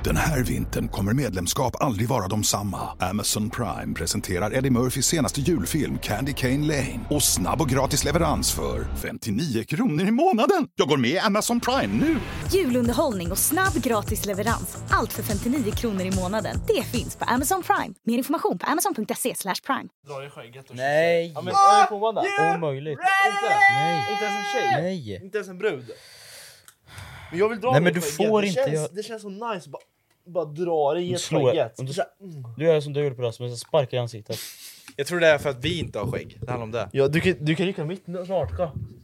Den här vintern kommer medlemskap aldrig vara de samma. Amazon Prime presenterar Eddie Murphys senaste julfilm Candy Cane Lane. Och snabb och gratis leverans för 59 kronor i månaden. Jag går med i Amazon Prime nu. Julunderhållning och snabb gratis leverans. Allt för 59 kronor i månaden. Det finns på Amazon Prime. Mer information på amazon.se/prime. Drar i skägget och Nej. Ja, men får man det? Omöjligt. Nej. Inte ens en tjej? Nej. Inte ens en brud? Men jag vill dra Nej, i men du skägget. får det inte, känns, det känns så nice. Bara dra det i ett skägget. Du gör som du gjorde på Rasmus, sparkar i ansiktet. Jag tror det är för att vi inte har skägg. Det handlar om det. Ja, du kan rycka mitt snart.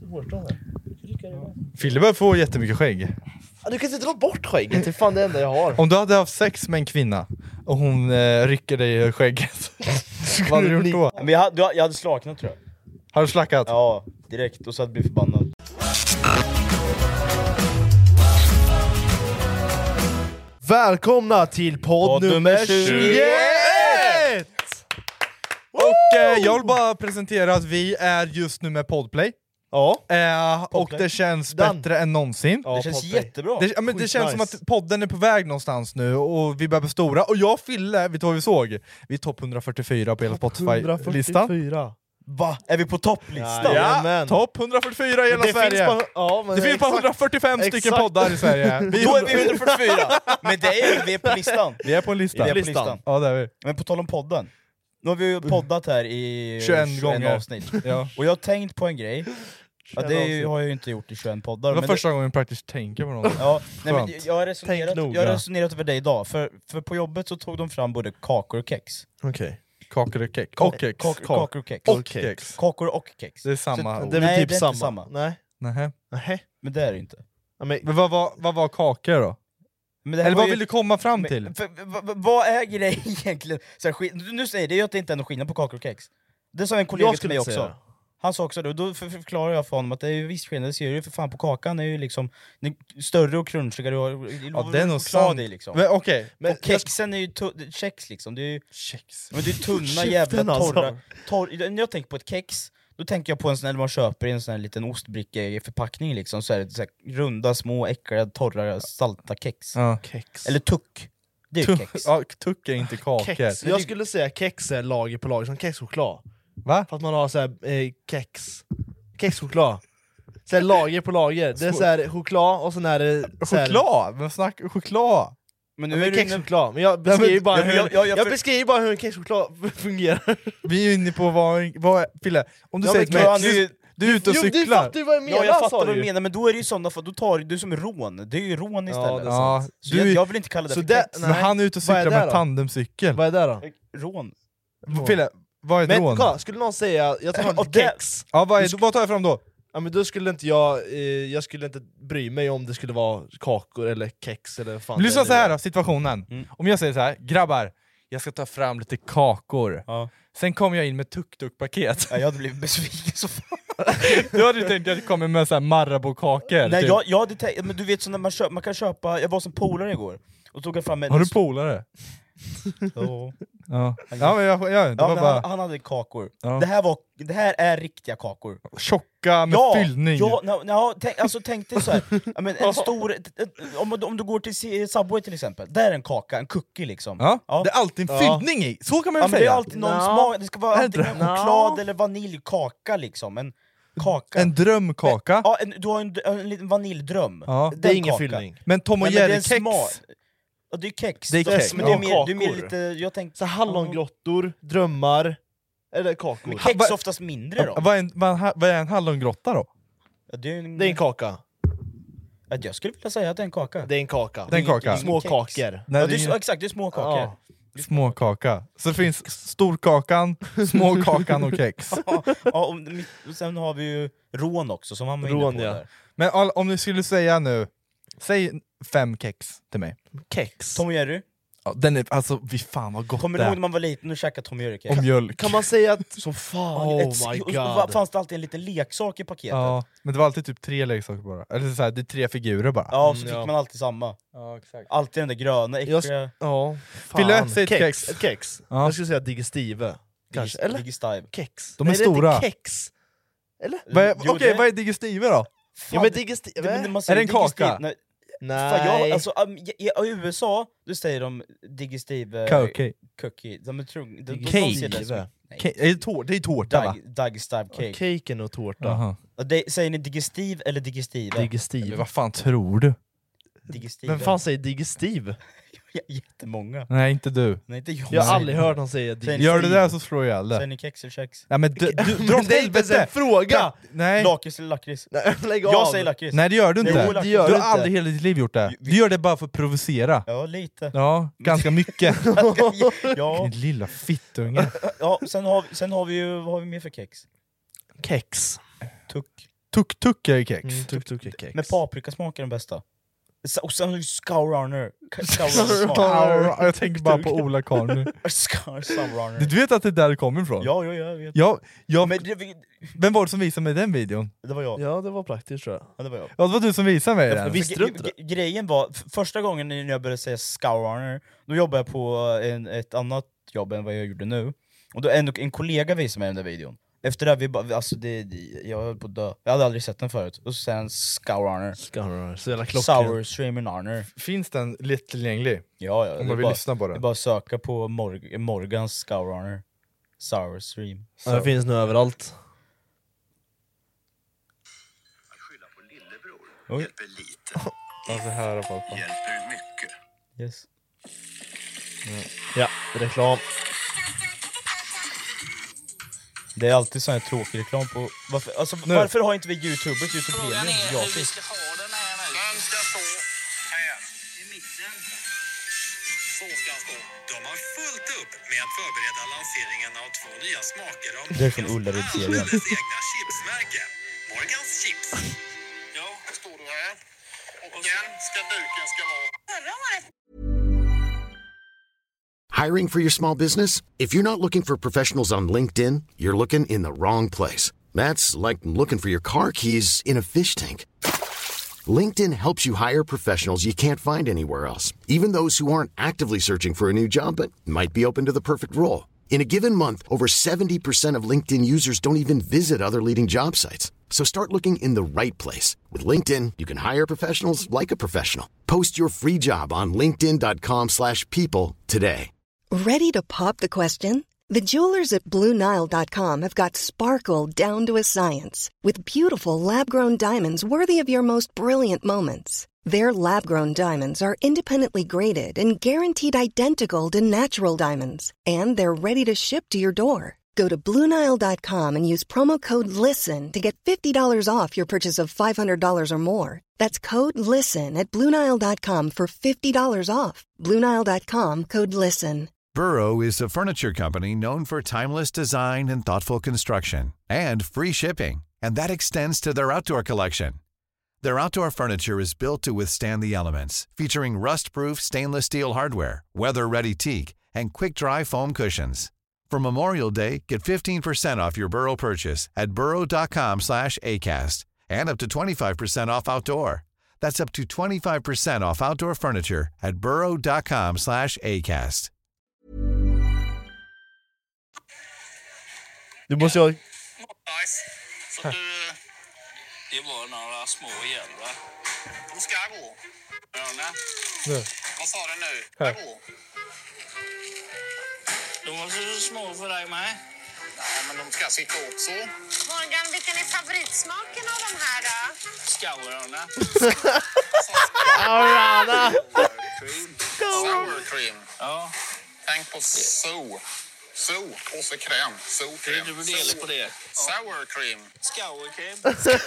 Fille börjar få jättemycket skägg. Ja, du kan inte dra bort skägget. Det är fan det enda jag har. Om du hade haft sex med en kvinna och hon rycker dig i skägget, vad hade du gjort då? Men jag hade slaknat, tror jag. Har du slackat? Ja, direkt. Och så hade jag blivit förbannad. Välkomna till podd nummer 21! Och jag vill bara presentera att vi är just nu med Podplay. Ja. Och det känns Den. bättre än någonsin. Ja, Det känns Podplay. jättebra. Det känns som nice. att podden är på väg någonstans nu och vi börjar bli stora. Och jag och Fille, vet du vad vi såg? Vi är topp 144 på hela Spotify-listan. 144. Va? Är vi på topplistan? Ja. Ja, Jajamän. topp 144 i hela Det Sverige. finns bara, ja, men Det finns bara exakt. 145 stycken Exakt. poddar i Sverige. Då är vi 144. Men det är vi är på listan. Vi är på en lista. Vi är på listan. Ja, det är vi. Men på tal om podden. Nu har vi ju poddat här i 21 gånger. avsnitt. Ja. Och jag har tänkt på en grej. Ja, det har jag ju inte gjort i 21 poddar. Det var men första gången vi praktiskt tänker på något. Ja, nej, men Skönt. jag har Tänk noga. resonerat över det idag, för på jobbet så tog de fram både kakor och kex. Okej. Kakor och kex. Och kex. Kakor och kex. Och kex. Kakor och kex. Det är samma Så- ord. Det är väl Nej, typ det är samma. inte samma. Nej. Nähä. Nej. Men det är det inte. Ja, men, Men vad var kakor då? Men det här Eller var vad ju- vill du komma fram men- till? Vad är grejen egentligen? Så här, nu säger det ju att det inte är någon skillnad på kakor och kex. Det sa en kollega jag till skulle mig inte också. säga. Han sa också det, och då förklarar jag för honom att det är ju viss skillnad. Det ser ju för fan på kakan är ju liksom den är större och crunchigare och Ja, det är nog choklad sant. i liksom. Men okej. Men Och kexen är ju kex liksom, det är ju Kex. men det är tunna Käften, jävla alltså. när jag tänker på ett kex, då tänker jag på en sån här man köper i en sån här liten ostbricka i förpackning liksom, så är det så här runda, små, äckliga, torra, salta kex. Ja. kex. Eller tuck. Det är ju kex. Ja, tuck är inte kakor. Kex. Jag skulle säga kex är lager på lager, som kexchoklad. Va? För att man har såhär kexchoklad. Såhär lager på lager. Det är såhär choklad och sen är det såhär, Choklad? Men snack choklad. Men Ja, nu men är det kexchoklad. Men jag beskriver bara jag beskriver bara hur en kexchoklad fungerar. Vi är ju inne på vad Fille, om du Ja, säger men kex, du- du är ute och Jo, du cyklar. fattar ju vad jag menar, Ja, jag sa fattar vad du. du menar, men då är det ju sådana fall, då tar du som rån. Det är ju rån istället. det är Ja, sant. Så du, jag vill inte kalla det så för det- kex. men nej. han är ute och Vad är cyklar det med då? tandemcykel. Vad är det då? Rån. Fille, vad är ett Men rån? kolla, skulle någon säga jag tar fram Och ett det- kex, Ja, vad tar jag fram då? ja men då skulle inte jag skulle inte bry mig om det skulle vara kakor eller kex eller vad fan. Lyssna det så här är. då, situationen. Mm. Om jag säger så här, grabbar, jag ska ta fram lite kakor. Ja. Sen kommer jag in med tuk-tuk-paket. Ja, jag hade blivit besviken så fan. Du hade ju tänkt att jag kommer med så här Marabou-kakor. Nej, typ. jag hade tänkt, men du vet så när man kan köpa, jag var som polare igår och tog fram en... Har du polare? Ja. Ja, ja, men det Ja, var men bara han hade kakor. Ja. Det här är riktiga kakor. tjocka med fyllning. Tänk dig så här. Ja, men en stor, om du går till Subway till exempel, där är en kaka, en cookie liksom. Ja, det är alltid en Ja. fyllning i, så kan man Ja, ju men det är säga. alltid någon Nå. smak, det ska vara antingen Nå. choklad eller vaniljkaka liksom. En kaka. En drömkaka. Ja, du har en liten vaniljdröm. Ja. Det är Den ingen kaka. fyllning. Men Tom och Nej, men det är en Jerry-kex. Ja, det är kex. Det är kex. Men det är, Ja, mer, det är mer kakor. lite, jag tänkte... Så hallongrottor, drömmar, eller kakor. Men kex är oftast mindre då. Vad är en hallongrotta då? Ja, det är en, Det är en kaka. Ja, jag skulle vilja säga att det är en kaka. Det är en kaka. Det är en kaka. Små kex. kakor. Nej, Ja, det är ingen- exakt, det är små kakor. Ja. Småkaka. Så det finns storkakan, småkakan och kex. Ja, och sen har vi ju rån också som han var inne Rån, på ja. där. Men om du skulle säga nu, säg 5 kex till mig. Kex. Tom och Jerry. Ja, den är, alltså, fy fan vad gott Kommer det du ihåg är. när man var liten och käkade Tom och Jerry-kex? Och mjölk. Kan man säga att som fan, oh my Och god. fanns det alltid en liten leksak i paketet? Ja, men det var alltid typ 3 leksaker bara. Eller så här, det är 3 figurer bara. Ja, så fick ja. man alltid samma. Ja, exakt. Alltid den där gröna, äckliga... Ja, fan. Fille, säg ett kex. Ett kex. Ja. Jag skulle säga digestive. Kanske, eller? Digestive. Kex. De är Nej, det stora. inte kex. Eller? Vad är, Jo, okej, det- vad är digestive då? Ja men digestive... Man Är säger det en kaka? digestive- Nej, Nej. I USA, då säger de digestive cookie. De är Digestive. Det är tårta va? Digestive cake. Caken och tårta. Säger ni digestive eller digestive? Digestive. Men vad fan tror du? Digestive. Vem fan säger digestive? Jättemånga. Nej, inte du. Nej, inte jag. Jag har aldrig hört någon säga digestive. Gör det där så slår jag ihjäl det. Säger ni kex eller kex? Ja, men du drar åt Det är inte ens en helvete! fråga! Nej. Lakrits eller lakrits? Lägg av. Jag säger lakrits. Nej, det gör du inte. Jo, det gör Du du har inte. aldrig hela ditt liv gjort det. Du gör det bara för att provocera. Ja, lite. Ja, ganska mycket. Ja. Din lilla fittunge. Ja, sen har vi ju, vad har vi mer för kex? Kex. Tuk-tuk är kex. Tuk-tuk är kex. Med paprikasmak är den bästa. Och sen har vi Scourrunner. Jag tänker bara på Ola Karl nu. Scourrunner. Du vet att det är där det kommer ifrån? Ja, jag vet. Men vem var det som visade mig den videon? Det var jag. Ja, det var praktiskt tror jag. Ja, det var jag. Ja, det var du som visade mig den. Visste du inte det? Grejen var, första gången när jag började säga Scourrunner, då jobbade jag på ett annat jobb än vad jag gjorde nu. Och då en kollega visade mig den där videon. Efter det vi bara, alltså jag höll på att dö. Jag hade aldrig sett den förut. Och sen Scourrunner. Så jävla klockren. Sour Streaming Honor. Finns den lättillgänglig? Ja, Om man vill lyssna på det är den. bara att söka på Morgans Scourrunner. Sour Stream. Ja, det finns nu överallt. Att skylla på lillebror Oj. hjälper lite. Alltså här pappa. Hjälper mycket. Yes. Ja, reklam. Det är alltid sån här tråkig reklam på... Varför har inte vi YouTubers YouTube Premium? Gratis. Den ska stå här. I mitten. Så ska den stå. De har fullt upp med att förbereda lanseringen av 2 nya smaker av Det är från Ullared-serien. Morgans egna chipsmärke. Morgans chips. Ja, det står det här. Och den ska duken ska vara. Hiring for your small business? If you're not looking for professionals on LinkedIn, you're looking in the wrong place. That's like looking for your car keys in a fish tank. LinkedIn helps you hire professionals you can't find anywhere else, even those who aren't actively searching for a new job but might be open to the perfect role. In a given month, over 70% of LinkedIn users don't even visit other leading job sites. So start looking in the right place. With LinkedIn, you can hire professionals like a professional. Post your free job on linkedin.com/people today. Ready to pop the question? The jewelers at BlueNile.com have got sparkle down to a science with beautiful lab-grown diamonds worthy of your most brilliant moments. Their lab-grown diamonds are independently graded and guaranteed identical to natural diamonds, and they're ready to ship to your door. Go to BlueNile.com and use promo code LISTEN to get $50 off your purchase of $500 or more. That's code LISTEN at BlueNile.com for $50 off. BlueNile.com, code LISTEN. Burrow is a furniture company known for timeless design and thoughtful construction, and free shipping, and that extends to their outdoor collection. Their outdoor furniture is built to withstand the elements, featuring rust-proof stainless steel hardware, weather-ready teak, and quick-dry foam cushions. For Memorial Day, get 15% off your Burrow purchase at burrow.com/acast, and up to 25% off outdoor. That's up to 25% off outdoor furniture at burrow.com/acast. Du måste ju... Nice. Så du... Det var några små jävlar. De ska gå. Hörna. Vad sa du nu? Ska gå. De var så små för dig med. Nej, men de ska sitta också. Morgan, vilken är favoritsmaken av de här då? Scourrunner. Scourrunner. Sour cream. Ja. Tänk på so och så kräm. So-kräm. Du blir delig på det. Sour cream. Scourcream.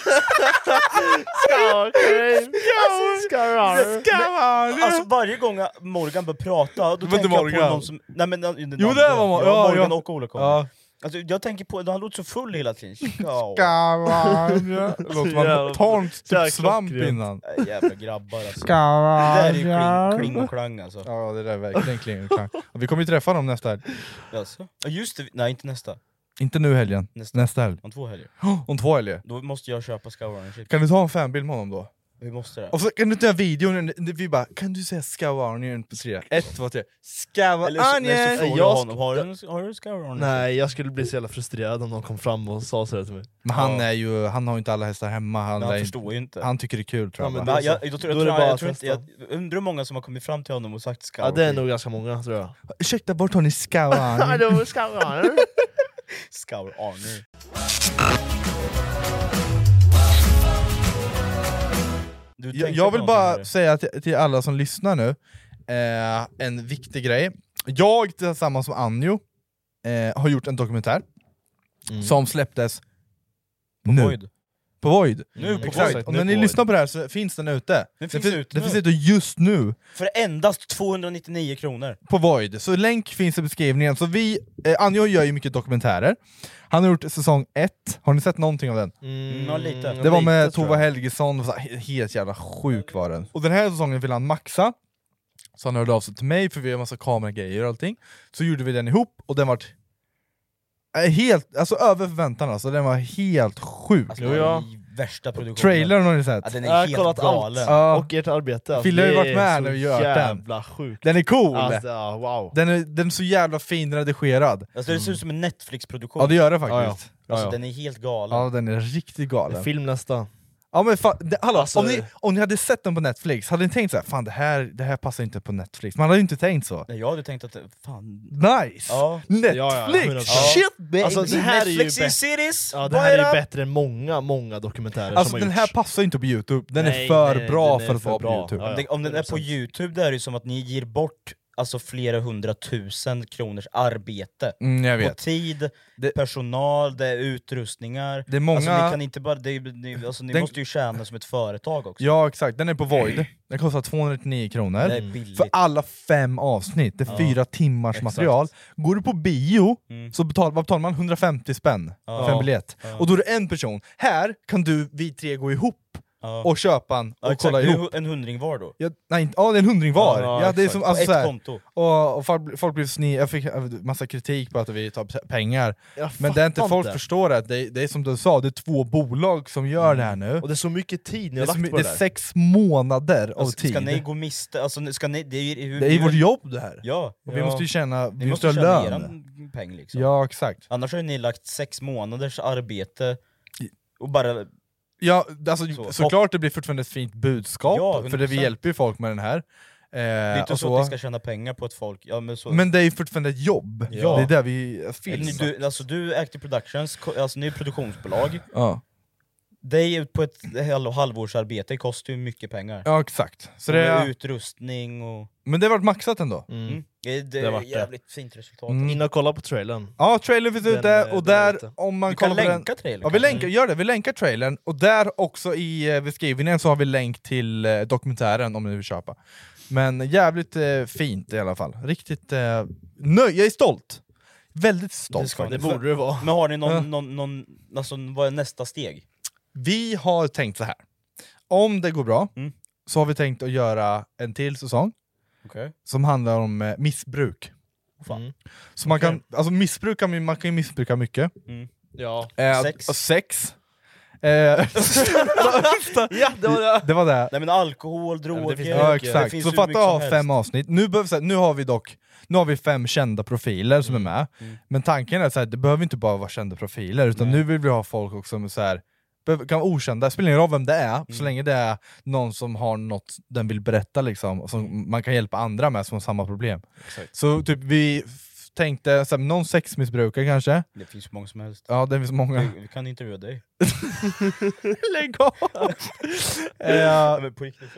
Scourrunner. Alltså varje gång Morgan börjar prata, då tänker jag på någon som... Nej men Jo, det var Morgan och Ola kommer. Ja. Alltså, jag tänker på, han låter så full hela tiden. Scavarnia. Låter som man tar en typ svamp innan. Jävla grabbar alltså. Scavarnia. Det där är ju kling och klang alltså. Ja, det där är verkligen kling och klang. Och vi kommer ju träffa dem nästa helg. Alltså. Ja just det, nej inte nästa. Inte nu helgen, nästa helg. Om 2 helger. Om 2 helger. Då måste jag köpa Scourrunner. Kan vi ta en fanbild med honom då? Vi måste det. Och så kan du ta videon, vi bara, kan du säga Scowarnian på 3? 1, 2, 3. Scowarnian! Har du Scowarnian? Nej, jag skulle bli så jävla frustrerad om någon kom fram och sa så till mig. Men han har ju inte alla hästar hemma. Han förstår ju inte. Han tycker det är kul, tror jag. Men jag undrar hur många som har kommit fram till honom och sagt Scowarnian. Ja, det är nog ganska många, tror jag. Ursäkta, bort har ni Scowarnian? Det var Scowarnian. Scowarnian. Jag vill bara säga till alla som lyssnar nu, en viktig grej. Jag tillsammans med Anjo har gjort en dokumentär som släpptes på Void. Nu på Exakt. Void. Och när ni lyssnar på det här så finns den ute. Den finns ute just nu. För endast 299 kronor. På Void. Så länk finns i beskrivningen. Så Anjo gör ju mycket dokumentärer. Han har gjort säsong 1. Har ni sett någonting av den? Ja, lite. Det var med Tova Helgesson. Helt jävla sjuk var den. Och den här säsongen vill han maxa. Så han hörde av sig till mig, för vi har en massa kameragrejer och allting. Så gjorde vi den ihop, och den var helt, alltså över förväntan, alltså den var helt sjuk. Alltså, värsta produktionen. Trailern har ni sett? Ja, den är helt kollat galen. allt. Och ert arbete. Alltså, Fille har ju varit med när vi gör den. jävla sjukt. Den är cool. Alltså, wow. Den är så jävla fin redigerad. Alltså, det ser ut som en Netflix-produktion. Ja, det gör det faktiskt. Alltså, den är helt galen. Ja, den är riktigt galen. Film nästa. Ja, men alltså, om ni hade sett den på Netflix, hade ni tänkt så här, fan det här passar inte på Netflix. Man hade ju inte tänkt så. Nej, jag hade tänkt att, fan... Nice! Ja. Netflix! Shit baby! Alltså, det här Netflix är ju i cities! Ja, det här är ju bättre än många dokumentärer Alltså som den har här gjorts. passar inte på YouTube, den är för bra för att vara på YouTube. Ja, Om den är på YouTube, då är det som att ni ger bort alltså flera 100 000 kronors arbete. Jag vet. Och tid, personal, det är utrustningar. Det är många... Alltså, ni kan inte bara, ni måste ju tjäna som ett företag också. Ja, exakt. Den är på Void. Den kostar 299 kronor. Det är billigt. För alla 5 avsnitt. Det är 4 timmars material. Går du på bio så betalar man 150 spänn för en biljett. Och då är det en person. Här kan vi 3 gå ihop och köpa en och kolla ihop. En 100 var då? Ja, det är en 100 var. Ja, det är som, alltså, ett såhär, konto. och folk blev jag fick massa kritik på att vi tar pengar. Men det är inte folk förstår att det är som du sa, det är 2 bolag som gör det här nu. Och det är så mycket tid ni har lagt på det är 6 månader av tid. Ska ni gå miste, alltså, ska ni, det är ju vårt jobb det här. Ja. Och vi måste ju tjäna, vi måste ha lön. Peng, liksom. Ja, exakt. Annars har ni lagt 6 månaders arbete och bara... Ja, alltså, såklart det blir fortfarande ett fint budskap, för det vi hjälper ju folk med den här. Det är inte så att vi ska tjäna pengar på ett folk. Ja, men det är ju fortfarande ett jobb. Ja. Det är där vi finns. Du är Active Productions, alltså ni är produktionsbolag. Ja. Det är ju på ett halvårsarbete, det kostar ju mycket pengar. Ja, exakt. Så det är utrustning och... Men det har varit maxat ändå. Det är jävligt fint resultat. In och kolla på trailern. Ja, trailern finns ute, och där om man kollar på länka trailern. Ja, vi länkar trailern, och där också i beskrivningen så har vi länk till dokumentären om ni vill köpa. Men jävligt fint i alla fall. Riktigt jag är stolt. Väldigt stolt. Det borde det vara. Men har ni någon alltså, vad är nästa steg? Vi har tänkt så här. Om det går bra så har vi tänkt att göra en till säsong som handlar om missbruk. Så man kan, alltså man kan ju missbruka mycket. Ja. Sex. Ja, det var det. Det var det. Nej, men alkohol, droger. Ja, exakt. Så fatta ha 5 avsnitt. Nu har vi 5 kända profiler som är med. Men tanken är så här, det behöver inte bara vara kända profiler, utan nu vill vi ha folk också med så här, kan vara okända, det spelar ingen roll vem det är, så länge det är någon som har något den vill berätta liksom, och som man kan hjälpa andra med som har samma problem. Exakt. Så typ vi tänkte så här, någon sexmissbrukare kanske. Det finns många som helst. Ja, det finns många. Vi kan intervjua dig. Lägg av! Men på riktigt,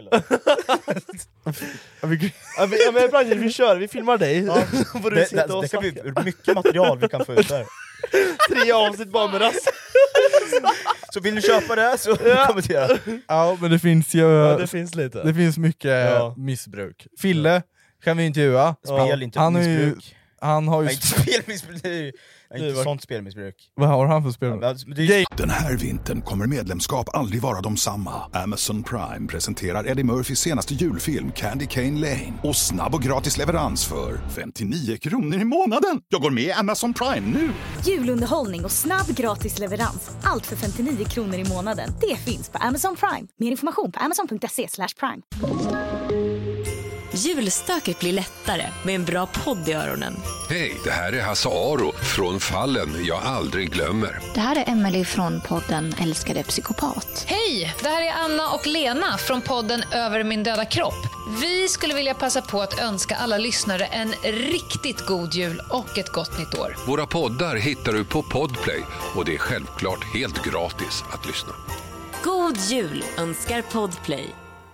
vi filmar dig. Det kan vi, mycket material vi kan få ut där. 3 avsnitt bara med rast. Så vill du köpa det så kommentera. Ja, men det finns ju... Ja, det finns lite. Det finns mycket missbruk. Fille kan vi intervjua. Spel, inte missbruk. Han har ju... Nej, inte spelmissbruk. Inte sånt spelmissbruk. Vad har han för spel? Den här vintern kommer medlemskap aldrig vara de samma. Amazon Prime presenterar Eddie Murphys senaste julfilm Candy Cane Lane. Och snabb och gratis leverans för 59 kronor i månaden. Jag går med i Amazon Prime nu! Julunderhållning och snabb gratis leverans. Allt för 59 kronor i månaden. Det finns på Amazon Prime. Mer information på amazon.se/prime. Julstöket blir lättare med en bra podd i öronen. Hej, det här är Hasse Aro från Fallen jag aldrig glömmer. Det här är Emily från podden Älskade psykopat. Hej, det här är Anna och Lena från podden Över min döda kropp. Vi skulle vilja passa på att önska alla lyssnare en riktigt god jul och ett gott nytt år. Våra poddar hittar du på Podplay och det är självklart helt gratis att lyssna. God jul önskar Podplay.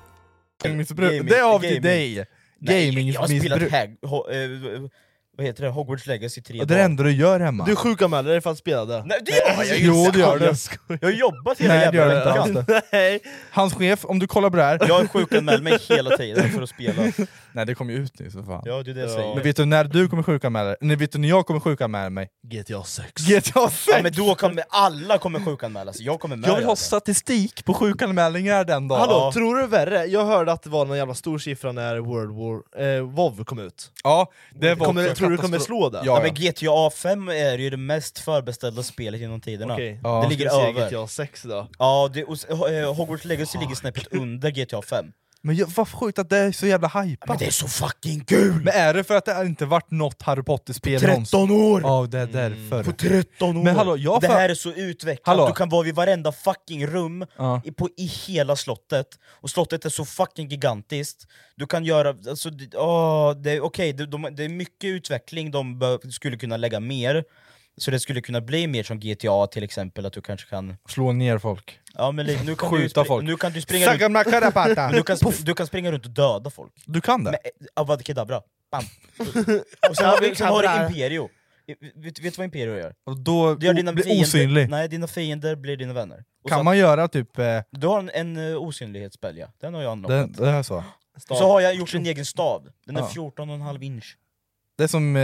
Det är av till dig. Jag har spelat vad heter det? Hogwarts Legacy 3 dagar. Det är det enda du gör hemma. Du sjukanmäler dig för att spela det. Nej, det gör jag Jo, det gör du. Jag har jobbat hela jävla veckan. Nej. Hans chef, om du kollar på det här. Jag har sjukanmält mig hela tiden för att spela. Nej, det kommer ju ut nu så fan. Ja, det är det jag säger. Men vet du när du kommer sjukanmäla? Vet du när jag kommer sjukanmäla mig? GTA 6. GTA 6! Ja, men då kommer alla sjukanmälas. Jag kommer med. Jag vill ha statistik på sjukanmälningar den dagen. Hallå, tror du det är värre? Jag hörde att det var någon jävla stor siffra när WoW kom ut. Ja, det var tror du det kommer slå det? Ja, men GTA 5 är ju det mest förbeställda spelet genom tiderna. Okay. Ja. Det ligger över. GTA 6 då? Ja, Hogwarts Legacy ligger snäppet under GTA 5. Men vad sjukt att det är så jävla hype. Men det är så fucking kul! Men är det för att det har inte varit något Harry Potter-spel? 13 år! Ja, det är därför. På 13 år! Men hallå, det här är så utvecklat, du kan vara vid varenda fucking rum i hela slottet. Och slottet är så fucking gigantiskt. Du kan göra, alltså, det är mycket utveckling, de skulle kunna lägga mer. Så det skulle kunna bli mer som GTA till exempel, att du kanske kan... Slå ner folk. Ja, men nu kan skjuta folk. Nu kan du springa runt, du kan springa runt och döda folk. Du kan det? Avad kedabra. Bam. Och sen har du Imperio. Vet du vad Imperio gör? Och då det gör dina blir osynlig. Nej, dina fiender blir dina vänner. Och kan man göra typ... Du har en osynlighetsspel, ja. Den har jag anlagt. Det är så. Så har jag gjort en egen stav. Den är 14,5 inch. Det är som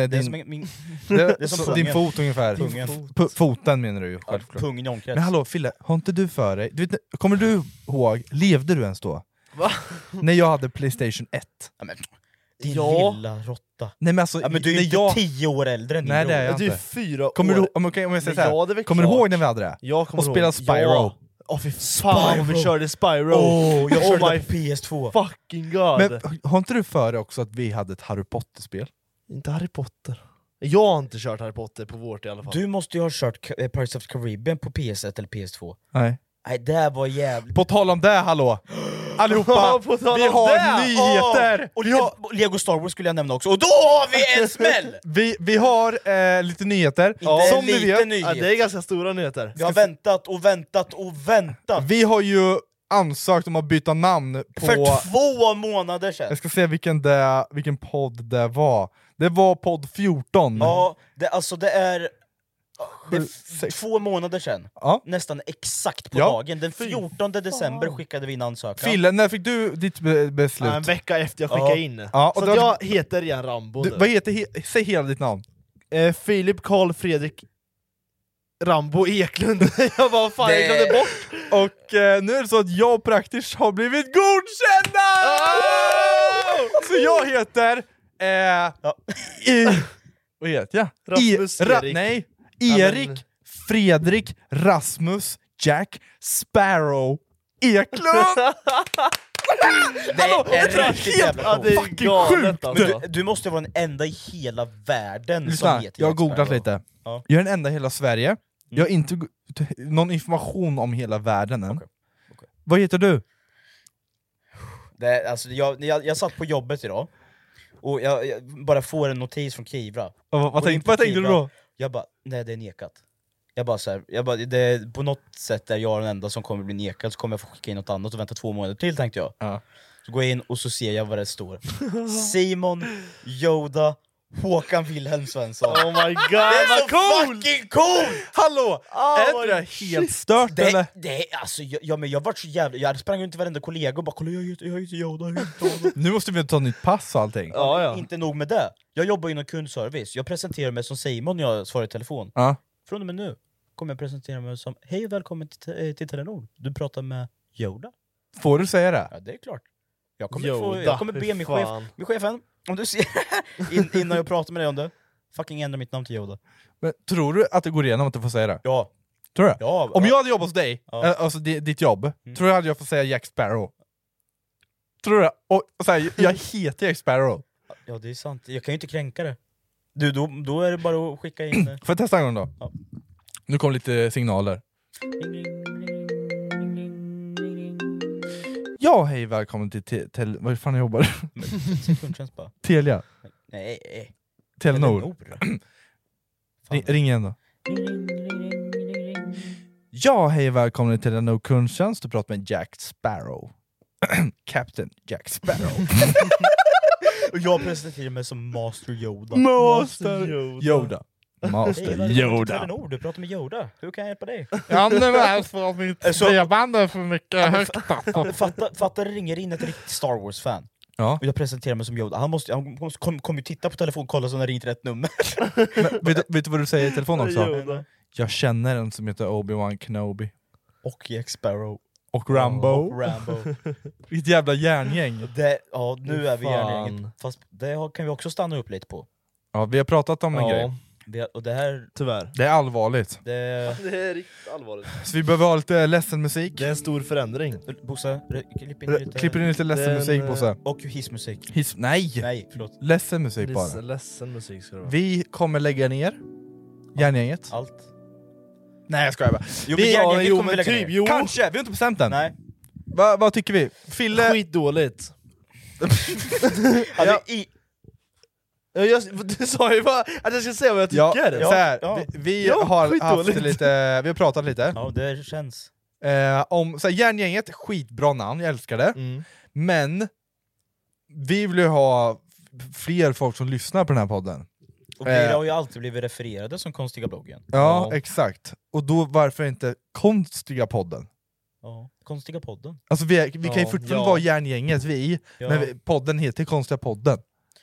din fot ungefär. Foten menar du ju självklart. Pungen i omkrets. Men hallå Fille, har inte du för dig? Kommer du ihåg, levde du ens då? Va? När jag hade PlayStation 1. Ja, men, din lilla råtta. Nej, men, alltså, ja, men du är inte 10 år äldre än nej, det är jag inte. Du är 4 år. Kommer du, om jag säger såhär, kommer du ihåg när vi hade det? Jag kommer och spela Spyro. Ja, fy fan, vi körde Spyro. Jag körde det på PS2. Fucking god. Men har inte du för dig också att vi hade ett Harry Potter-spel? Inte Harry Potter. Jag har inte kört Harry Potter på vårt i alla fall. Du måste ju ha kört Pirates of the Caribbean på PS1 eller PS2. Nej, det var jävligt... På tal om det, hallå! Allihopa, vi har nyheter! Och Lego Star Wars skulle jag nämna också. Och då har vi en smäll! vi har lite nyheter. Som ni vet, det är ganska stora nyheter. Vi har väntat och väntat och väntat. Vi har ju ansökt om att byta namn på... För 2 månader sedan. Jag ska se vilken podd det var. Det var podd 14. Ja, det är 2 månader sedan. Ja. Nästan exakt på dagen. Den 14 december skickade vi in ansökan. Fille, när fick du ditt beslut? En vecka efter jag skickade in. Ja, och så jag heter igen Rambo. Vad heter, säg hela ditt namn. Filip Karl Fredrik Rambo Eklund. Jag bara fan, jag glömde bort. Och nu är det så att jag praktiskt har blivit godkända! Så jag heter vad heter jag? Rasmus Erik. Nej, Erik Fredrik Rasmus Jack Sparrow Eklund. Det är riktigt jävla sjukt. Alltså. Du måste vara den enda i hela världen som heter jag har googlat lite. Ja. Jag är den enda i hela Sverige. Jag har inte någon information om hela världen än. Okay. Vad heter du? Alltså, jag satt på jobbet idag och jag bara får en notis från Kivra. Vad tänkte du då? Jag bara, nej det är nekat. Jag bara, det är, på något sätt är jag den enda som kommer bli nekad, så kommer jag få skicka in något annat och vänta 2 månader till, tänkte jag. Ja. Så går jag in och så ser jag vad det står. Simon Yoda Håkan Wilhelm Svensson. Oh my god, det är vad så fucking coolt! Hallå! Är det helt stört eller? Det är alltså, men jag var så jävla... Jag sprang runt till varenda kollega och bara kolla jag heter Yoda. Nu måste vi ta nytt pass och allting. Ja. Inte nog med det. Jag jobbar inom kundservice. Jag presenterar mig som Simon när jag svarar i telefon. Ja. Från och med nu kommer jag presentera mig som hej och välkommen till Telenor. Du pratar med Yoda. Får du säga det? Ja, det är klart. Jag kommer be min chefen, om du ser innan jag pratar med dig om det, fucking ändra mitt namn till Yoda. Men tror du att det går igenom att du får säga det? Ja. Tror du? Ja, om jag hade jobbat hos dig, ja. alltså ditt jobb, tror jag hade jag fått säga Jack Sparrow. Tror du det? Och så här, jag heter Jack Sparrow. Ja, det är sant. Jag kan ju inte kränka det. Du, då är det bara att skicka in det. Får jag testa en gång då? Ja. Nu kom lite signaler. Ja, hej, välkommen till vad fan jag jobbar? Telia. Nej. Telenor. Ring igen då. Ja, hej, välkommen till Telenor kundtjänst. Du pratar med Jack Sparrow. Captain Jack Sparrow. Och jag presenterar mig som Master Yoda. Master Yoda. Telenor, du pratar med Yoda. Hur kan jag hjälpa dig? Ja, nu är det för att mitt bredband är för mycket högt. Fatta, det ringer in ett riktigt Star Wars-fan. Ja. Och jag presenterar mig som Yoda. Han kommer ju titta på telefon och kolla så han har ringt rätt nummer. Men, vet du vad du säger i telefon också? Yoda. Jag känner en som heter Obi-Wan Kenobi. Och Jack Sparrow. Och Rambo. Vilket jävla järngäng. Ja, nu är vi järngänget. Fast det kan vi också stanna upp lite på. Ja, vi har pratat om en grej. Och det här... Tyvärr. Det är allvarligt. Det är riktigt allvarligt. Så vi behöver ha lite ledsen musik. Det är en stor förändring. Bosse, klipper in lite ledsen musik, Bosse. Och hissmusik. Nej, förlåt. Ledsen musik bara. Ledsen musik ska det vara. Vi kommer lägga ner järngänget. Allt. Nej, jag skojar bara. Kanske, vi har inte bestämt än. Nej. Vad tycker vi? Fille... Skitdåligt. Du sa ju bara att jag ska säga vad jag tycker. Så här, vi har haft lite, vi har pratat lite. Ja, det känns. Om så här, järngänget, skitbra namn, jag älskar det. Men vi vill ju ha fler folk som lyssnar på den här podden. Och vi har ju alltid blivit refererade som konstiga bloggen. Ja, exakt. Och då varför inte konstiga podden? Ja, konstiga podden. Alltså vi kan ju fortfarande vara järngänget, men podden heter konstiga podden.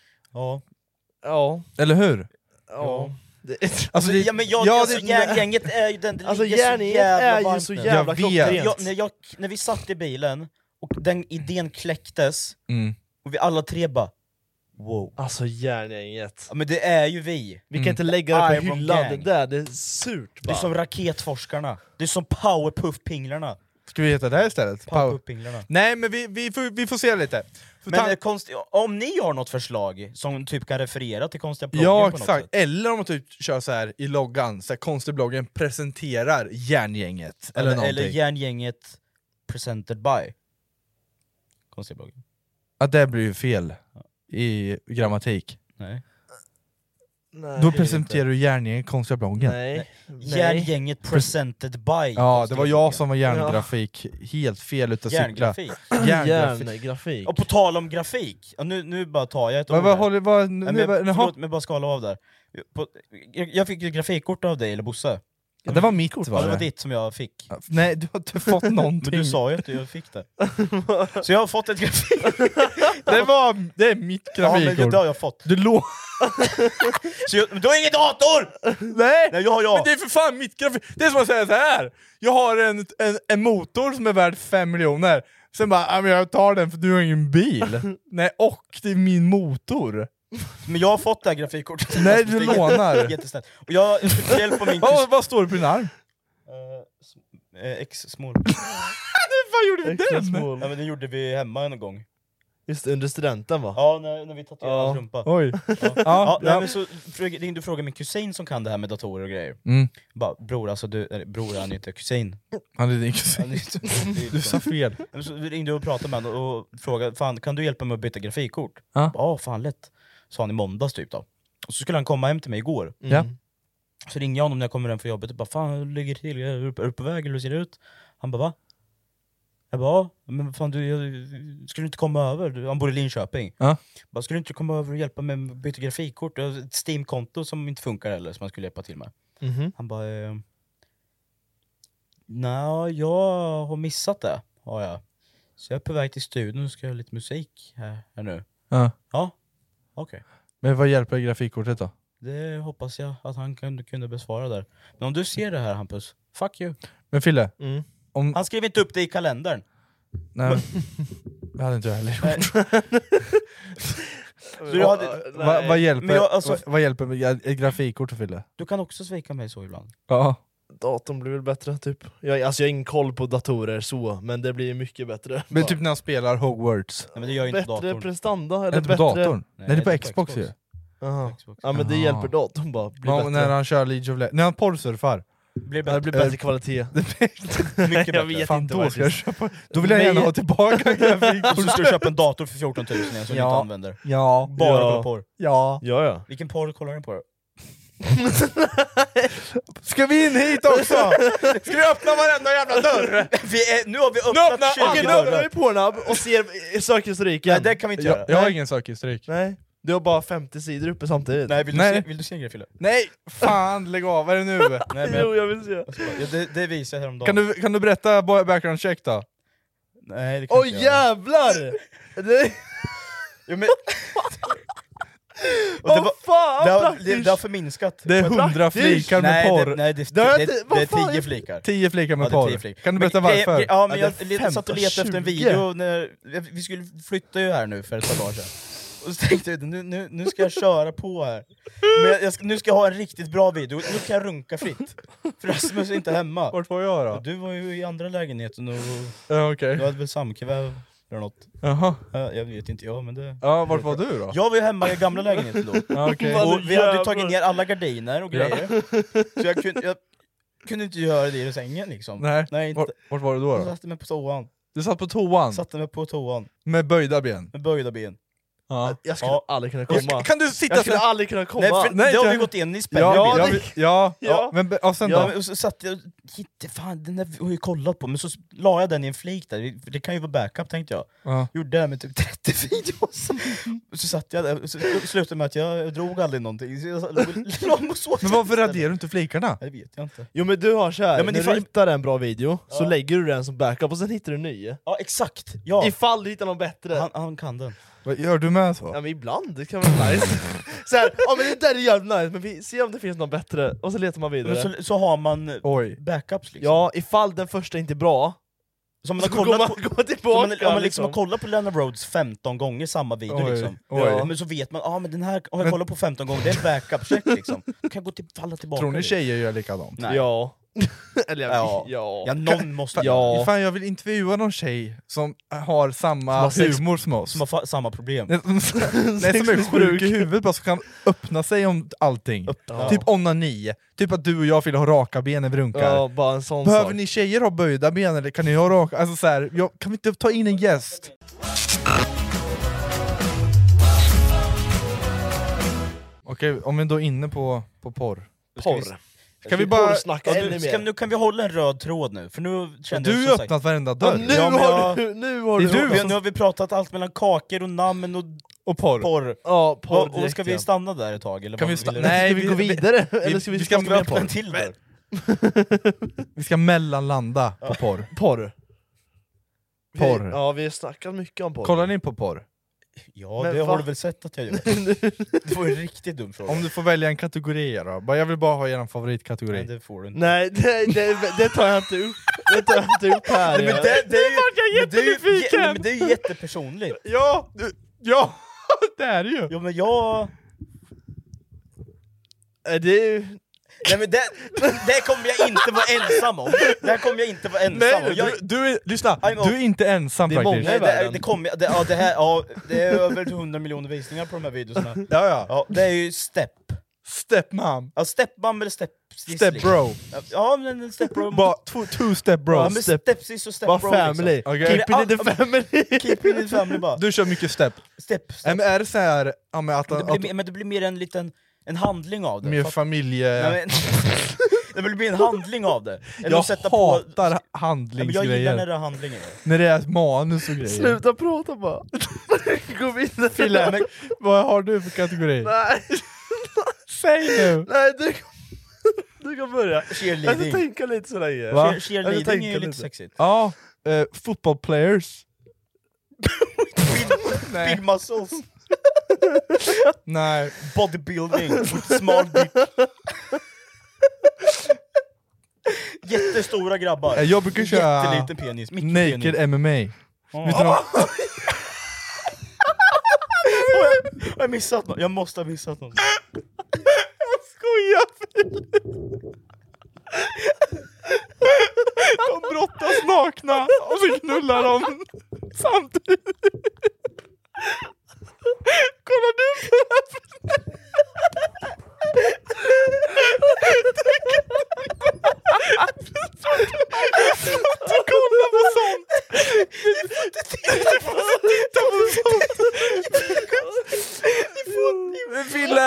Ja. Eller hur? Ja. Alltså järngänget är ju den... Alltså järngänget är ju så jävla klockrent. När vi satt i bilen och den idén kläcktes och vi alla tre bara wow. Alltså järngänget. Ja, men det är ju vi. Vi kan inte lägga det på hyllan. Det är surt bara. Det är som raketforskarna. Det är som Powerpuff-pinglarna. Ska vi heta det här istället? Powerpuff-pinglarna. Nej, men vi får se lite. Men om ni har något förslag som typ kan referera till konstiga bloggen på något sätt. Eller om man typ kör så här i loggan, så här, konstiga bloggen presenterar järngänget eller järngänget presented by konstiga bloggen. Ja, det blir ju fel i grammatik. Nej. Då presenterar du järngänget konstiga bloggen. Nej. Järngänget presented by. Ja, det var jag som var järngrafik. Helt fel utav cykla. Järngrafik. Och på tal om grafik, nu bara tar jag ett ord. Förlåt, men bara skala av där. Jag fick ju grafikkort av dig, eller Bosse. Ja, det var mitt, var det? Det var ditt som jag fick. Nej, du har inte fått någonting. Men du sa ju att jag fick det. Så jag har fått ett grafikkort. Det är mitt grafikkort. Ja, men det har jag fått. Du låg... Men du har ingen dator! Nej, jag. Men det är för fan mitt grafik. Det är som att säga så här. Jag har en motor som är värd 5 miljoner. Sen bara, jag tar den för du har ingen bil. Nej, och det är min motor. Men jag har fått det här grafikkortet. Nej, du lånar. Jättesnällt. Och jag fick hjälp på min vad står det på din arm? X-small. Vad gjorde vi den? Ja, men det gjorde vi hemma en gång. Just under studenten, va? Ja, när vi tatuerade hans rumpa. Oj. Men så ringde du frågade min kusin som kan det här med datorer och grejer. Bara, bror, alltså bror, han är inte kusin. Han är din kusin. Du sa fel. Så ringde och pratade med honom och frågade, fan, kan du hjälpa mig att byta grafikkort? Ja, fan lätt. Sa han i måndags typ då. Och så skulle han komma hem till mig igår. Så ringde jag honom när jag kommer hem från jobbet och bara, fan, hur ligger det till? Är du på väg eller hur ser det ut? Han bara, va? Jag bara, men fan skulle du inte komma över? Han bor i Linköping. Bara, skulle du inte komma över och hjälpa mig med att byta grafikkort? Jag har ett Steam-konto som inte funkar heller, som man skulle hjälpa till med. Han bara, nej, jag har missat det. Ja, ja. Så jag är på väg till studion och ska göra lite musik här nu. Ja, okej. Men vad hjälper grafikkortet då? Det hoppas jag att han kunde besvara där. Men om du ser det här, Hampus, fuck you. Men Fille, han skrev inte upp det i kalendern. Nej, det hade inte jag heller gjort. Vad hjälper med ett grafikkort, Fille? Du kan också svika mig så ibland. Ja. Datorn blir väl bättre typ. Jag har ingen koll på datorer så, men det blir mycket bättre. Men typ när han spelar Hogwarts. Nej, men det gör inte bättre datorn. Prestanda eller inte på bättre... datorn? Nej, det är på Xbox ju. Ja, men det hjälper datorn bara. Ja, när han kör League of Legends. När han porrsurfar. Det blir bättre kvalitet. Mycket bättre. Jag vet fan, inte då vad ska jag köpa. Då vill jag gärna ha tillbaka grafikkort. Och så ska du köpa en dator för 14 000 igen som du inte använder. Ja. Bara kolla porr. Ja. Vilken porr kollar ni på? Ska vi in hit också? Ska vi öppna varenda jävla dörr? Nu har vi öppnat 20 dörrar. Nu öppnar vi Pornhub och ser sökhistoriken. Nej, det kan vi inte göra. Jag har ingen sökhistorik. Nej. Du har bara 50 sidor uppe samtidigt. Nej, vill du se en grej, Fille? Nej, fan, lägg av, vad är det nu? Nej, men jo, jag vill se. Det visar jag häromdagen. Kan du berätta background check då? Nej, det kan inte jag. Jävlar! Jo, men... det har förminskat. Det är 100 flikar med porr. Nej, det är 10 flikar. 10 flikar med porr. Kan du berätta varför? Ja, men jag satt och letade efter en video när vi skulle flytta ju här nu för ett par dagar sedan. Och så tänkte jag, nu ska jag köra på här. Men nu ska jag ha en riktigt bra video. Nu kan jag runka fritt. För Rasmus är inte hemma. Vart var jag då? Och du var ju i andra lägenheten och okay. Du hade väl samkväv eller något. Jaha. Jag vet inte, men det... Ja, vart var du då? Jag var ju hemma i gamla lägenheten då. Okay. Och vi hade ju tagit ner alla gardiner och grejer. Så jag kunde inte göra det i sängen liksom. Nej, inte. Vart var du då? Jag satte mig på toan. Du satt på toan? Satte mig på toan. Med böjda ben? Med böjda ben. Ja. Jag skulle aldrig kunna komma. Kan du sitta? Jag skulle aldrig kunna komma. Nej, det har vi gått in i spänn. Men och sen då? Och så satt jag och fan, den där har jag ju kollat på, men så la jag den i en flik där. Det kan ju vara backup, tänkte jag. Gjorde det med typ 30 videos. Och så satt jag där, och så slutade med att jag drog aldrig någonting. Men varför raderar du inte flikarna? Det vet jag inte. Jo, men du har så här, ja, men när du hittar en bra video så lägger du den som backup och sen hittar du en ny. Ja, exakt. Ja. Ifall du hittar någon bättre. Han kan den. Vad gör du med så? Ja, men ibland, det kan vara nice. Så här, men det där är jävligt nice, men vi ser om det finns någon bättre. Och så letar man vidare. Men så har man backups liksom. Ja, ifall den första inte är bra. Så man har kollat om man liksom har kollat på Lana Rhodes 15 gånger samma video liksom. Ja, men så vet man, men den här har jag kollat på 15 gånger, det är en backup check liksom. Du kan gå falla tillbaka. Tror ni tjejer gör likadant? Nej. Ja. Eller ja, någon måste. Ja. Fan, jag vill intervjua någon tjej som har samma humor som oss. Som har samma problem. Nej, som är sjuk i huvudet, bara som kan öppna sig om allting. Typ onani. Typ att du och jag vill ha raka ben när vi runkar. Ja, bara en sån behöver sak. Ni tjejer ha böjda ben eller kan ni ha raka? Alltså så här, kan vi inte ta in en gäst? Okej, om vi då är inne på porr. Kan vi bara snacka ännu mer? Nu kan vi hålla en röd tråd nu, för nu kände du jag öppnat sagt, varenda dörr. Nu har vi pratat allt mellan kakor och namn och porr. Ja, porr direkt, och ska vi stanna där ett tag eller kan Nej, vi gå vidare eller ska vi öppna en till där? Vi ska mellanlanda på porr. Porr. Porr. Ja, vi har snackat mycket om porr. Kollar ni på porr? Ja, men det har du väl sett att jag gör. Det var en riktigt dum fråga. Om du får välja en kategori då? Jag vill bara ha er favoritkategori. Nej, det får du inte. Nej, det tar jag inte upp. Det tar jag inte upp här. Nej, men det är ju jättepersonligt. Ja, det är det ju. Ja, men jag... Det är ju... Nej, men det kommer jag inte vara ensam om. Det kommer jag inte vara ensam om. Lyssna, du är inte ensam det är faktiskt. Många i världen. Det är över 100 miljoner visningar på de här videorna. Ja, det är ju Stepmom. Ja, stepmom eller stepsis. Stepbro. Ja, men stepbro. Bara two stepbros. Ja, men stepsis och stepbro. Bara family. Liksom. Okay. Keep it in the family. Keep it in the family bara. Du kör mycket step. Step. Men är det så här, men det blir mer en handling av det. Mer familje... Det vill bli en handling av det. Eller Jag att sätta hatar på... handlingsgrejer. Jag gillar när det är handlingar. När det är manus och grejer. Sluta prata bara. Gå vidare. Fille, vad har du för kategori? Nej. Säg nu. Nej, du kan börja. Cheerleading. Jag ska tänka lite så länge. Cheerleading är ju lite sexigt. Ja, football players. Big muscles. Nej. Bodybuilding with small dick. Jättestora grabbar. Jag brukar köra jätteliten penis. naked MMA. Jag har missat något. Jag måste ha missat något. Jag skojar. De brottas nakna och så knullar de samtidigt. Kollar du på det här? Du kollar på sånt. Du får titta på sånt. Ville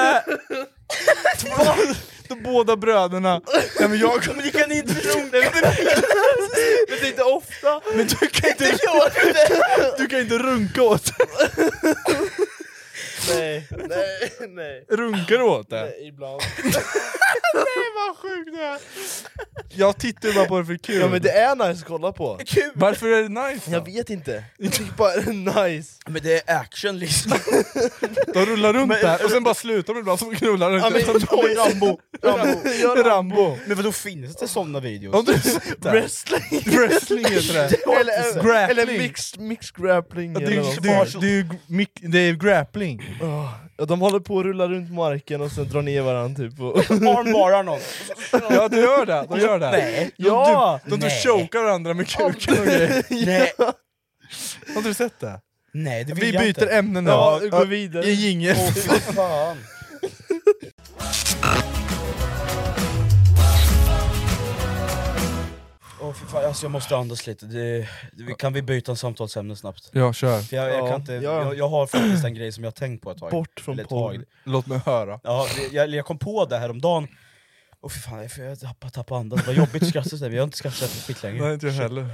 de båda bröderna. Nej, men jag men det kan inte runka. Men det är inte ofta. Men du kan inte göra det. Du kan inte runka åt. Nej. Runkar du åt det? Nej, ibland. Nej, vad sjukt det är. Jag tittar bara på det för kul. Ja, men det är nice att kolla på. Kul. Varför är det nice då? Jag vet inte. Jag tycker bara det är nice. Men det är action liksom. De rullar runt där och sen bara slutar de ibland som knullar runt. Ja, men Rambo. Men vadå, finns det sånna videos? Om du sett det? Wrestling heter det. Eller mixed grappling. Det är grappling. Ja, de håller på att rulla runt marken och sen drar ner varandra typ. Armbarar någon. Ja, du gör det. De gör det. Nej. De chokar varandra med kuken och grejer. Nej. Har du sett det? Nej, det vill Vi jag byter inte. ämne nu. Ja, gå vidare. I jingel. Åh, fy fan. Fy fan, alltså jag måste andas lite. Kan vi byta en samtalsämne snabbt? Ja, kör. För jag kan inte, jag har faktiskt en grej som jag har tänkt på ett tag. Bort från porr. Låt mig höra. Ja, jag kom på det här om dagen. Fy fan, jag tappade andan. Det var jobbigt att skratta sig. Vi har inte skrattat så skit länge. Nej, inte jag heller.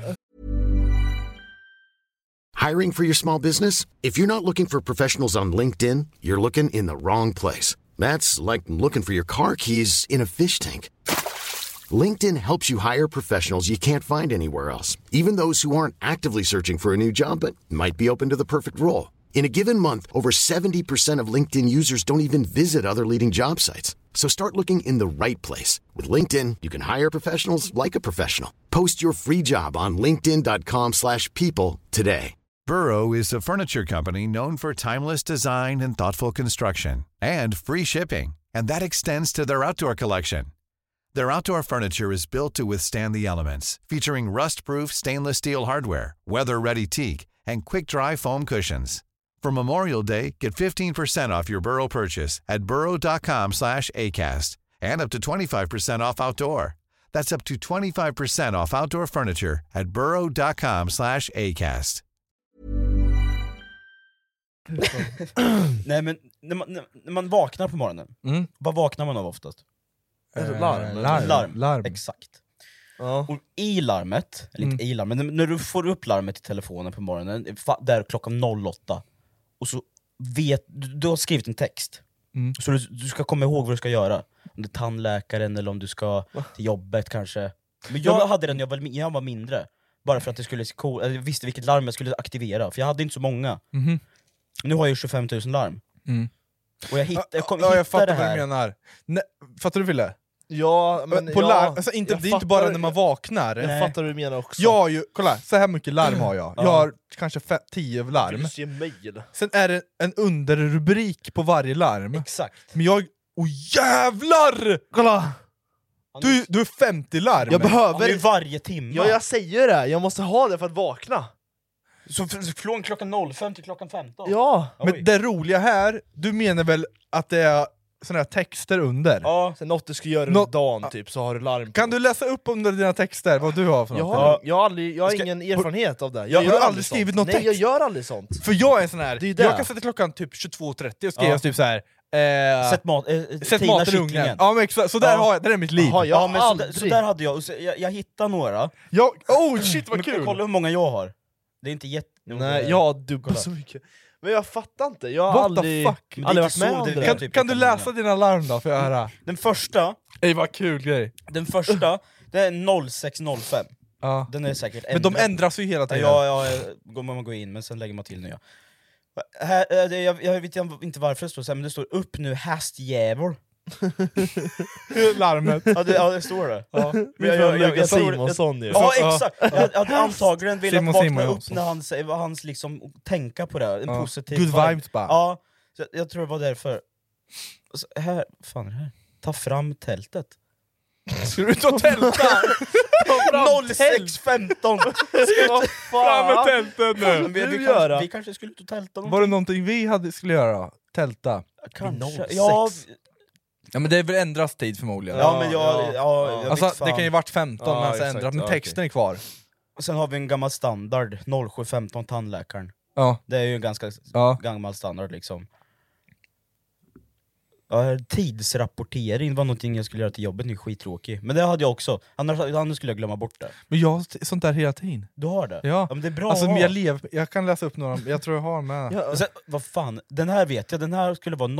Hiring for your small business? If you're not looking for professionals on LinkedIn, you're looking in the wrong place. That's like looking for your car keys in a fish tank. LinkedIn helps you hire professionals you can't find anywhere else, even those who aren't actively searching for a new job but might be open to the perfect role. In a given month, over 70% of LinkedIn users don't even visit other leading job sites. So start looking in the right place. With LinkedIn, you can hire professionals like a professional. Post your free job on linkedin.com/people today. Burrow is a furniture company known for timeless design and thoughtful construction, and free shipping, and that extends to their outdoor collection. Their outdoor furniture is built to withstand the elements, featuring rust-proof stainless steel hardware, weather-ready teak, and quick-dry foam cushions. For Memorial Day, get 15% off your Burrow purchase at burrow.com/acast, and up to 25% off outdoor. That's up to 25% off outdoor furniture at burrow.com/acast. Nej, men när man vaknar på morgonen, vad vaknar man av oftast? Larm. Exakt. Ja. Och i larmet, eller inte i larmet, men när du får upp larmet i telefonen på morgonen, där klockan 08, och så du har skrivit en text, så du ska komma ihåg vad du ska göra. Om det är tandläkaren eller om du ska till jobbet kanske. Men jag hade den när jag var mindre, bara för att det skulle se cool. Jag visste vilket larm jag skulle aktivera, för jag hade inte så många. Nu har jag ju 25 000 larm. Och jag fattar det här. vad du menar. Fattar du, Ville? Ja, men på larm, alltså det är inte bara när man vaknar. Jag fattar vad du menar också. Kolla, så här mycket larm har jag. Jag har kanske 10 larm. Sen är det en underrubrik på varje larm. Exakt. Men jävlar! Kolla! Du är 50 larm. Jag behöver varje timme. Ja, jag säger det. Jag måste ha det för att vakna. Så från klockan 05 till klockan 15? Ja. Men det roliga här, du menar väl att det är såna här texter under? Ja. Sen något du ska göra under dagen typ, så har du larm på. Kan du läsa upp under dina texter vad du har för något? Jag har ingen erfarenhet av det. Har du aldrig skrivit något text? Nej, jag gör aldrig sånt. För jag är sån här, Det är det. jag kan sätta klockan typ 22:30 och skriva typ så här: Sätt maten i ugnen. Ja, men exakt. Så där har jag, det är mitt liv. Ja, men så där hade jag hittar några. Shit vad kul! Kolla hur många jag har. Det är inte Nej, jag har dubbelt så mycket. Men jag fattar inte, jag har aldrig varit med om det. Kan du läsa dina larm då, för jag höra? Den första... vad kul grej. Den första, det är 0605. Ja. Den är säkert men de ändras ju hela tiden. Ja, man går in, men sen lägger man till nya. Jag vet inte varför det står så här, men det står upp nu hästjävel. Larmet. Ja, det står det. Ja. Jag Simonsson ju. Ja, exakt. Jag hade antagligen velat vakna upp när hans liksom tänka på det. En positiv good vibes bara. Ja, så jag tror det var därför. Så här, fan är det här? Ta fram tältet. Ska du ut och tälta? 0615. Fram med tältet nu. Vi kanske skulle ut och tälta. Var det någonting vi skulle göra? Tälta? Kanske. Ja, men det är väl ändras tid förmodligen. Ja, men jag alltså, det kan ju varit 15 men sen ändras, men texten är kvar. Och sen har vi en gammal standard, 0715 tandläkaren. Ja. Det är ju en ganska gammal standard liksom. Tidsrapportering var någonting jag skulle göra till jobbet, nu är skittråkig. Men det hade jag också, annars skulle jag glömma bort det. Men jag har sånt där hela tiden. Du har det? Ja, men det är bra alltså, jag kan läsa upp några, jag tror jag har med. Ja, sen, vad fan, den här vet jag, den här skulle vara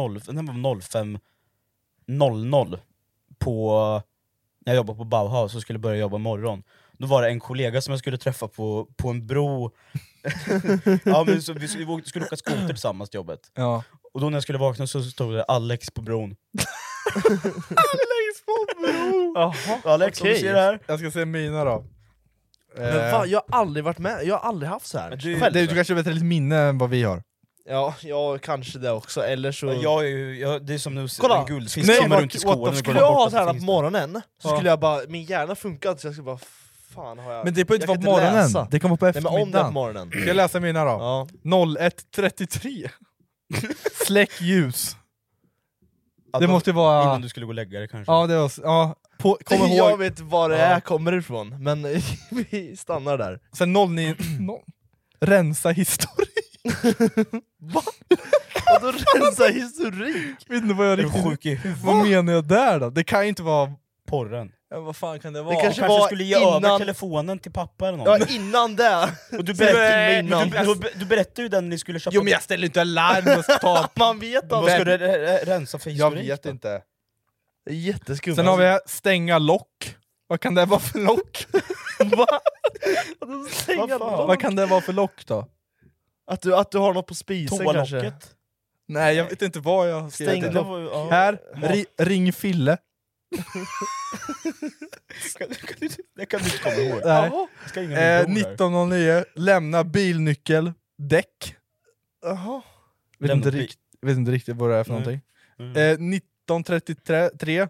05:00 på... När jag jobbade på Bauhaus och skulle börja jobba imorgon. Då var det en kollega som jag skulle träffa på en bro. Ja, men så vi skulle åka skoter tillsammans till jobbet. Ja. Och då när jag skulle vakna så stod det Alex på bron. Alex på bron! Jaha, Alex, okay. Om du ser det här. Jag ska se mina då. Men jag har aldrig varit med, jag har aldrig haft så här. Du kanske vet lite minne än vad vi har. Ja, kanske det också, eller så... det är som nu en guldfisk som runt i skolan. Skulle jag ha så här på morgonen, så skulle jag bara, min hjärna funkar inte, så jag skulle bara, fan har jag... Men det är inte vara på morgonen, läsa. Det kan vara på eftermiddagen. Nej, men om det är på morgonen. Ska jag läsa mina då? Ja. 01:33. Släck ljus. Det måste vara... Innan du skulle gå och lägga det kanske. Ja, det var... Ja, kom ihåg. Jag vet var det är kommer ifrån, men vi stannar där. Sen 09... rensa historik. Va? Vadå rensa historik? Vet inte vad jag riktigt... Vad menar jag där då? Det kan ju inte vara... Porren. Ja, vad fan kan det vara? Det kanske skulle ge över telefonen till pappa eller något. Ja, innan det. Och du berättade ju den ni skulle köpa. Jo, men jag ställer inte larm och ska ta... Man vet inte. Vad ska du rensa för historik? Jag vet inte. Det är jätteskumt. Sen har vi stänga lock. Vad kan det vara för lock? Va? Vad kan det vara för lock då? Att du har något på spisen kanske? Nej, jag vet inte vad jag ska göra. Här, ring Fille. Det kan du inte komma ihåg. 1909, lämna bilnyckel, däck. Jaha. Vet inte riktigt vad det är för någonting. 1933.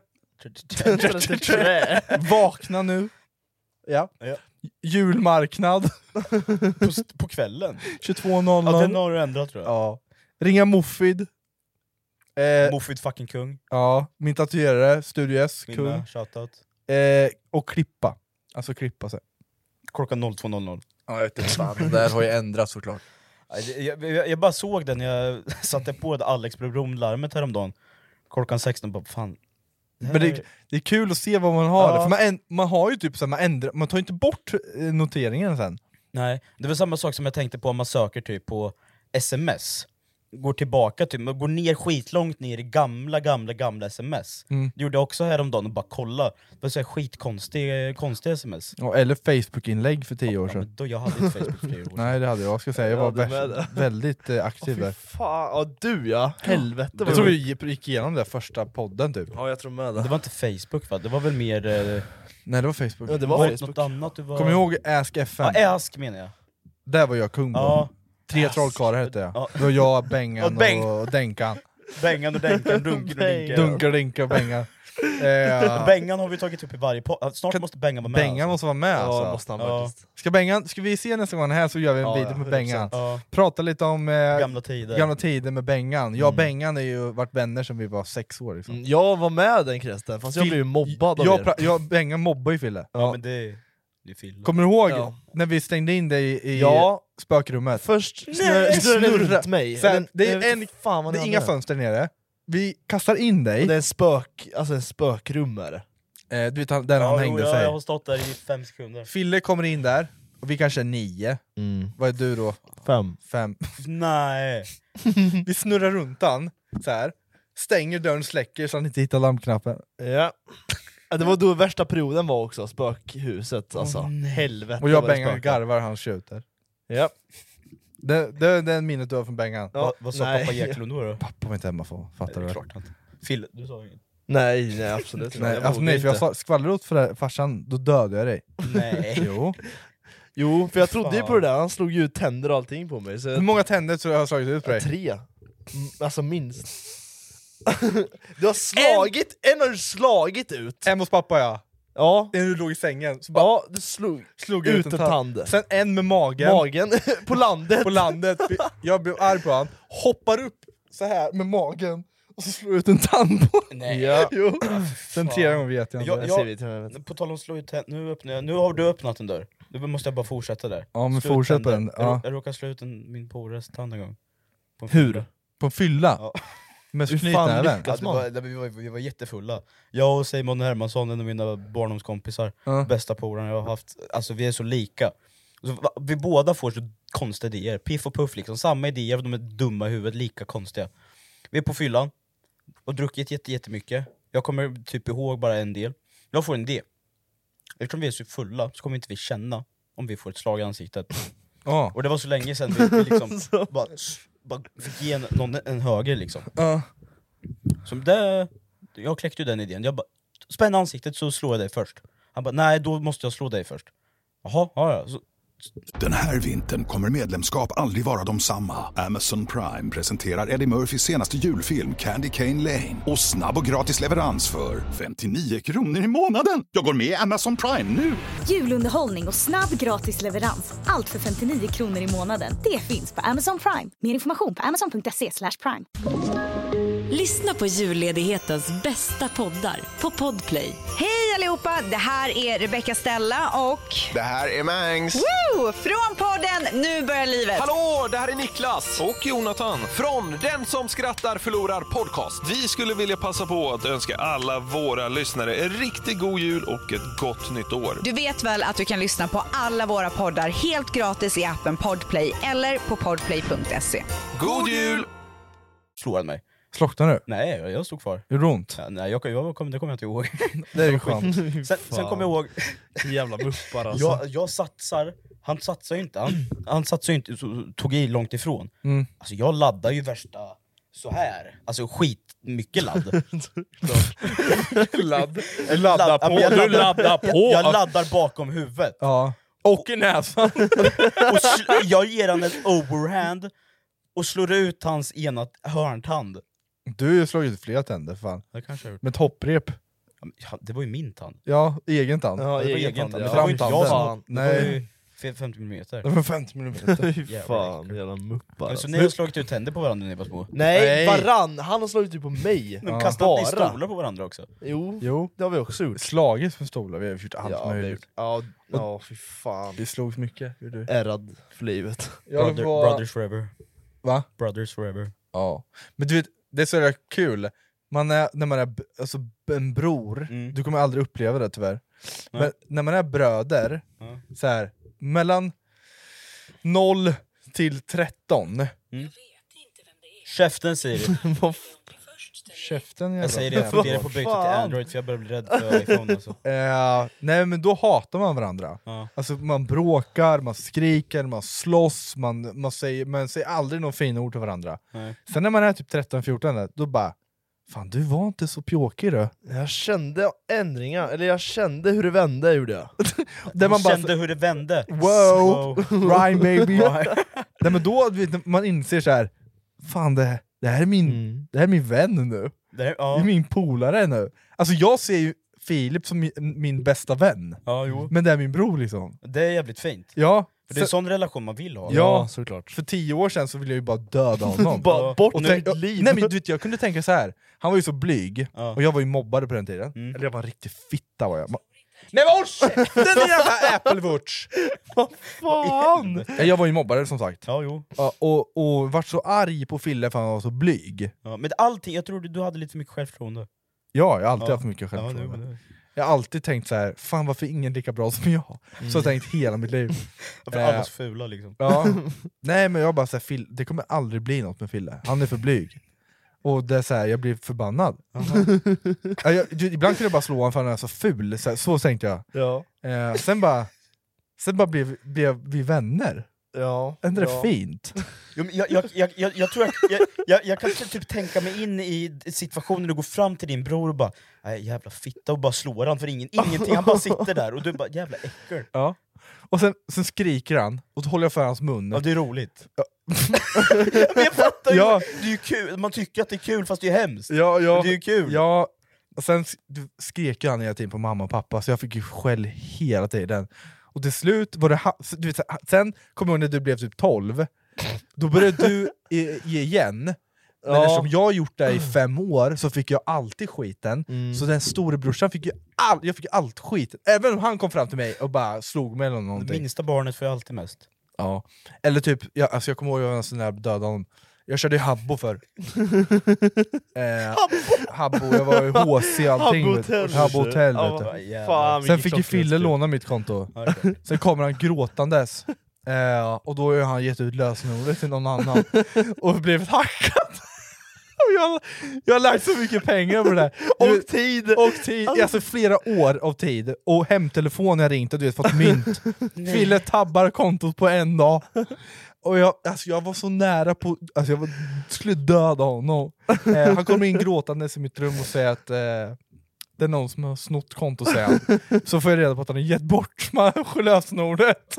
Vakna nu. Ja. Julmarknad. På kvällen. 22:00. Ja, den har du ändrat tror jag. Ja. Ringa Muffid. Muffid fucking kung. Ja, min tatuerare, Studio S, kung. Shoutout. Och klippa. Alltså klippa sig. Klockan 02:00. Ja, jag vet inte fan. Det där har ju ändrats såklart. Jag bara såg den när jag satte på det Alex Brom-larmet häromdagen. Klockan 16, bara fan. Men det är kul att se vad man har. Ja. För man har ju typ så här, man tar inte bort noteringen sen. Nej, det var samma sak som jag tänkte på om man söker typ på sms. Går tillbaka typ, man går ner skitlångt ner i gamla sms. Det gjorde jag också häromdagen och bara kolla. Det var så här konstiga sms. Ja, eller Facebook-inlägg för 10 år sedan. Men då, jag hade inte Facebook för 10 år sedan. Nej, det hade jag. Ska säga. Jag var väldigt aktiv där. Fan, helvete. Jag tror vi gick igenom det första podden typ. Ja, jag tror med det. Det var inte Facebook va? Det var väl mer... Nej, det var Facebook. Ja, det var Facebook. Något annat du var... Kommer du ihåg Ask FM? Ja, Ask menar jag. Där var jag kung. Ja. 3 trollkarlar hette jag. Det var jag, Bengan och Denkan. Bengan och Denkan, Dunkar, Dinka och Bengan. Bengan har vi tagit upp i varje podd. Snart måste Bengan vara med. Bengan måste vara med alltså. Ja, måste han faktiskt. Ska vi se nästa gång här så gör vi en video med Bengan. Ja. Prata lite om gamla tider med Bengan. Jag och Bengan är ju varit vänner sedan vi var 6 år liksom. Jag var med den kretsen, fast jag blev ju mobbad av er. Jag och Bengan mobbar ju Fille. Ja, men det kommer du ihåg när vi stängde in dig i spökrummet? Först snurrat mig. Sen, det är inga fönster nere. vi kastar in dig. Och det är en spökrum är det. Du vet där han hängde sig. Jag har stått där i 5 sekunder. Fille kommer in där, och vi kanske är 9. Vad är du då? 5. Nej. Vi snurrar runt han, så här. Stänger dörren, släcker så han inte hittar lampknappen. Ja. Det var då värsta perioden var också, spökhuset. Alltså, helvete. Och jag och Bengan garvar han skjuter. Ja. Det är den minnet du har från Bengan. Ja, Vad sa pappa Eklund då? Pappa var inte hemma för, fattar du? Klart han. Fille, du sa inget. Nej, absolut inte. Nej, för jag skvallrade åt för farsan, då dödade jag dig. Nej. Jo, för jag trodde ju på det där, han slog ju ut tänder och allting på mig. Så hur många tänder tror jag har slagit ut på dig? 3. Alltså minst. Du har slagit, en har du slagit ut. En hos pappa, ja. Ja. En du låg i sängen. Så bara, ja, du slog ut en tand. Sen en med magen. På landet. På landet. Jag blev arg på han. Hoppar upp så här med magen. Och så slår ut en tand på. Nej. Ja. Jo. Sen 3 gånger vet jag inte. På tal om slå ut tänder, nu har du öppnat en dörr. Nu måste jag bara fortsätta där. Ja, men fortsätt på den. Ja. Jag råkade slå ut min polares tand en gång. Hur? På en fylla? Ja. Med knytnäven? Vi var jättefulla. Jag och Simon Hermansson, en av mina barndomskompisar, bästa polarna jag har haft. Alltså vi är så lika. Så, vi båda får så konstiga idéer. Piff och Puff liksom, samma idéer, de är dumma i huvudet, lika konstiga. Vi är på fyllan och druckit jättemycket. Jag kommer typ ihåg bara en del. Jag får en idé. Eftersom vi är så fulla så kommer inte vi känna om vi får ett slag i ansiktet. Och det var så länge sedan vi liksom bara fick ge någon en höger liksom. Så jag kläckte ju den idén. Jag bara, spänn ansiktet så slår jag dig först. Han bara, nej då måste jag slå dig först. Jaha, ja. Så. Den här vintern kommer medlemskap aldrig vara de samma. Amazon Prime presenterar Eddie Murphys senaste julfilm Candy Cane Lane. Och snabb och gratis leverans för 59 kronor i månaden. Jag går med i Amazon Prime nu! Julunderhållning och snabb gratis leverans. Allt för 59 kronor i månaden. Det finns på Amazon Prime. Mer information på amazon.se/prime. Lyssna på julledighetens bästa poddar på Podplay. Hej allihopa, det här är Rebecca Stella och... Det här är Mangs. Woo! Från podden Nu börjar livet. Hallå, det här är Niklas och Jonathan från Den som skrattar förlorar podcast. Vi skulle vilja passa på att önska alla våra lyssnare en riktigt god jul och ett gott nytt år. Du vet väl att du kan lyssna på alla våra poddar helt gratis i appen Podplay eller på podplay.se. God jul! Slår han mig? Slocknade du? Nej, jag stod kvar. Gjorde det ont? Ja, nej, det kommer jag inte ihåg. Det är ju skönt. Sen kommer jag ihåg... Jävla muppar alltså. Jag satsar... Han satsar ju inte. Han satsar ju inte, så tog i långt ifrån. Alltså jag laddar ju värsta... Så här. Alltså mycket ladd. Ladda på. Du laddar på. Jag laddar bakom huvudet. Ja. Och i näsan. Jag ger han ett overhand och slår ut hans ena hörntand. Du har ju slagit ut flera tänder, fan. Det kanske jag gjort. Med ett hopprep. Ja, det var ju min tand. Ja, egen tand. Ja, det var egen tand. Ja. Det var inte jag som... Nej. 50 millimeter. Det var 50 millimeter. Fy fan, jävla muppar. Så ni har slagit ut tänder på varandra när ni var små? Nej, varann! Han har slagit ut på mig. Men kastat ni stolar på varandra också? Jo, det har vi också gjort. Slagit med stolar, vi har gjort allt möjligt. Ja, fy fan. Vi slogs mycket. Ärrad för livet. Brothers forever. Va? Brothers forever. Ja. Men du vet, det är så jävla kul. När man är alltså, en bror, du kommer aldrig uppleva det tyvärr. Men när man är bröder, så här, mellan 0 till 13. Käften säger du. Käften jävla. Jag säger det, jag funderar på att byta till Android för jag börjar bli rädd för iPhone alltså. Nej men då hatar man varandra. Alltså man bråkar, man skriker, man slåss, man säger aldrig någon fin ord till varandra. Sen när man är typ 13-14, då bara fan, du var inte så pjåkig då. Jag kände ändringar, eller jag kände hur det vände, gjorde jag. Kände hur det vände. Wow. Rhyme baby. Nej men då man inser så här, fan det här är min vän nu. Det är min polare nu. Alltså jag ser ju Filip som min bästa vän. Ja, jo. Men det är min bror liksom. Det är jävligt fint. Ja. För det är en sån relation man vill ha. Ja, såklart. För 10 år sedan så ville jag ju bara döda honom. Bara bort mitt liv. Nej men du vet, jag kunde tänka så här. Han var ju så blyg, och jag var ju mobbare på den tiden. Eller jag var en riktig fitta var jag. Nej men den är jävla Apple Watch! Vad fan? Jag var ju mobbare som sagt. Ja, jo. Och vart så arg på Fille för han var så blyg. Ja, men allting, jag tror du hade lite för mycket självförtroende. Ja, jag har alltid haft mycket självförtroende. Jag har alltid tänkt så här: fan varför är ingen lika bra som jag? Så har jag tänkt hela mitt liv. För alla så fula liksom. Ja. Nej men jag bara såhär, det kommer aldrig bli något med Fille. Han är för blyg. Och det är så här, jag blir förbannad. Ibland kan jag bara slå honom för han är så ful. Så tänkte jag. Ja. Sen bara blev vi vänner. Ja. Ändå det fint. Jo, men jag tror jag kan typ tänka mig in i situationen du går fram till din bror och bara jävla fitta och bara slår han för ingenting, han bara sitter där och du bara jävla äckel. Ja. Och sen skriker han och då håller jag för hans mun. Ja, det är roligt. Ja. Men jag fattar ju, ja. Det är ju kul, man tycker att det är kul fast det är hemskt. Ja. Men det är ju kul. Ja. Och sen skrek han hela tiden på mamma och pappa så jag fick ju skäll hela tiden. Och till slut var det du vet, sen kom jag ihåg när du blev typ 12. Då började du ge igen. Men eftersom jag har gjort det i 5 år så fick jag alltid skiten. Så den store brorsan fick jag fick allt skit. Även om han kom fram till mig och bara slog mig eller någonting. Det minsta barnet får ju alltid mest. Ja. Eller typ, jag kommer ihåg att jag var en sån där död honom. Jag körde ju Habbo för. Habbo, jag var ju HC allting. Habbo hotell vet du. Sen fick ju Fille låna mitt konto. Sen kommer han gråtandes. Och då har han gett ut lösenordet till någon annan. Och blivit hackad. Jag har lagt så mycket pengar på det där. Och tid. Alltså flera år av tid. Och hemtelefon jag ringt och du vet fått mynt. Fille tabbar kontot på en dag. Och jag var så nära på, alltså jag skulle döda honom. Han kom in gråtandes i mitt rum och säger att det är någon som har snott konto, säger han. Så får jag reda på att han har gett bort lösenordet.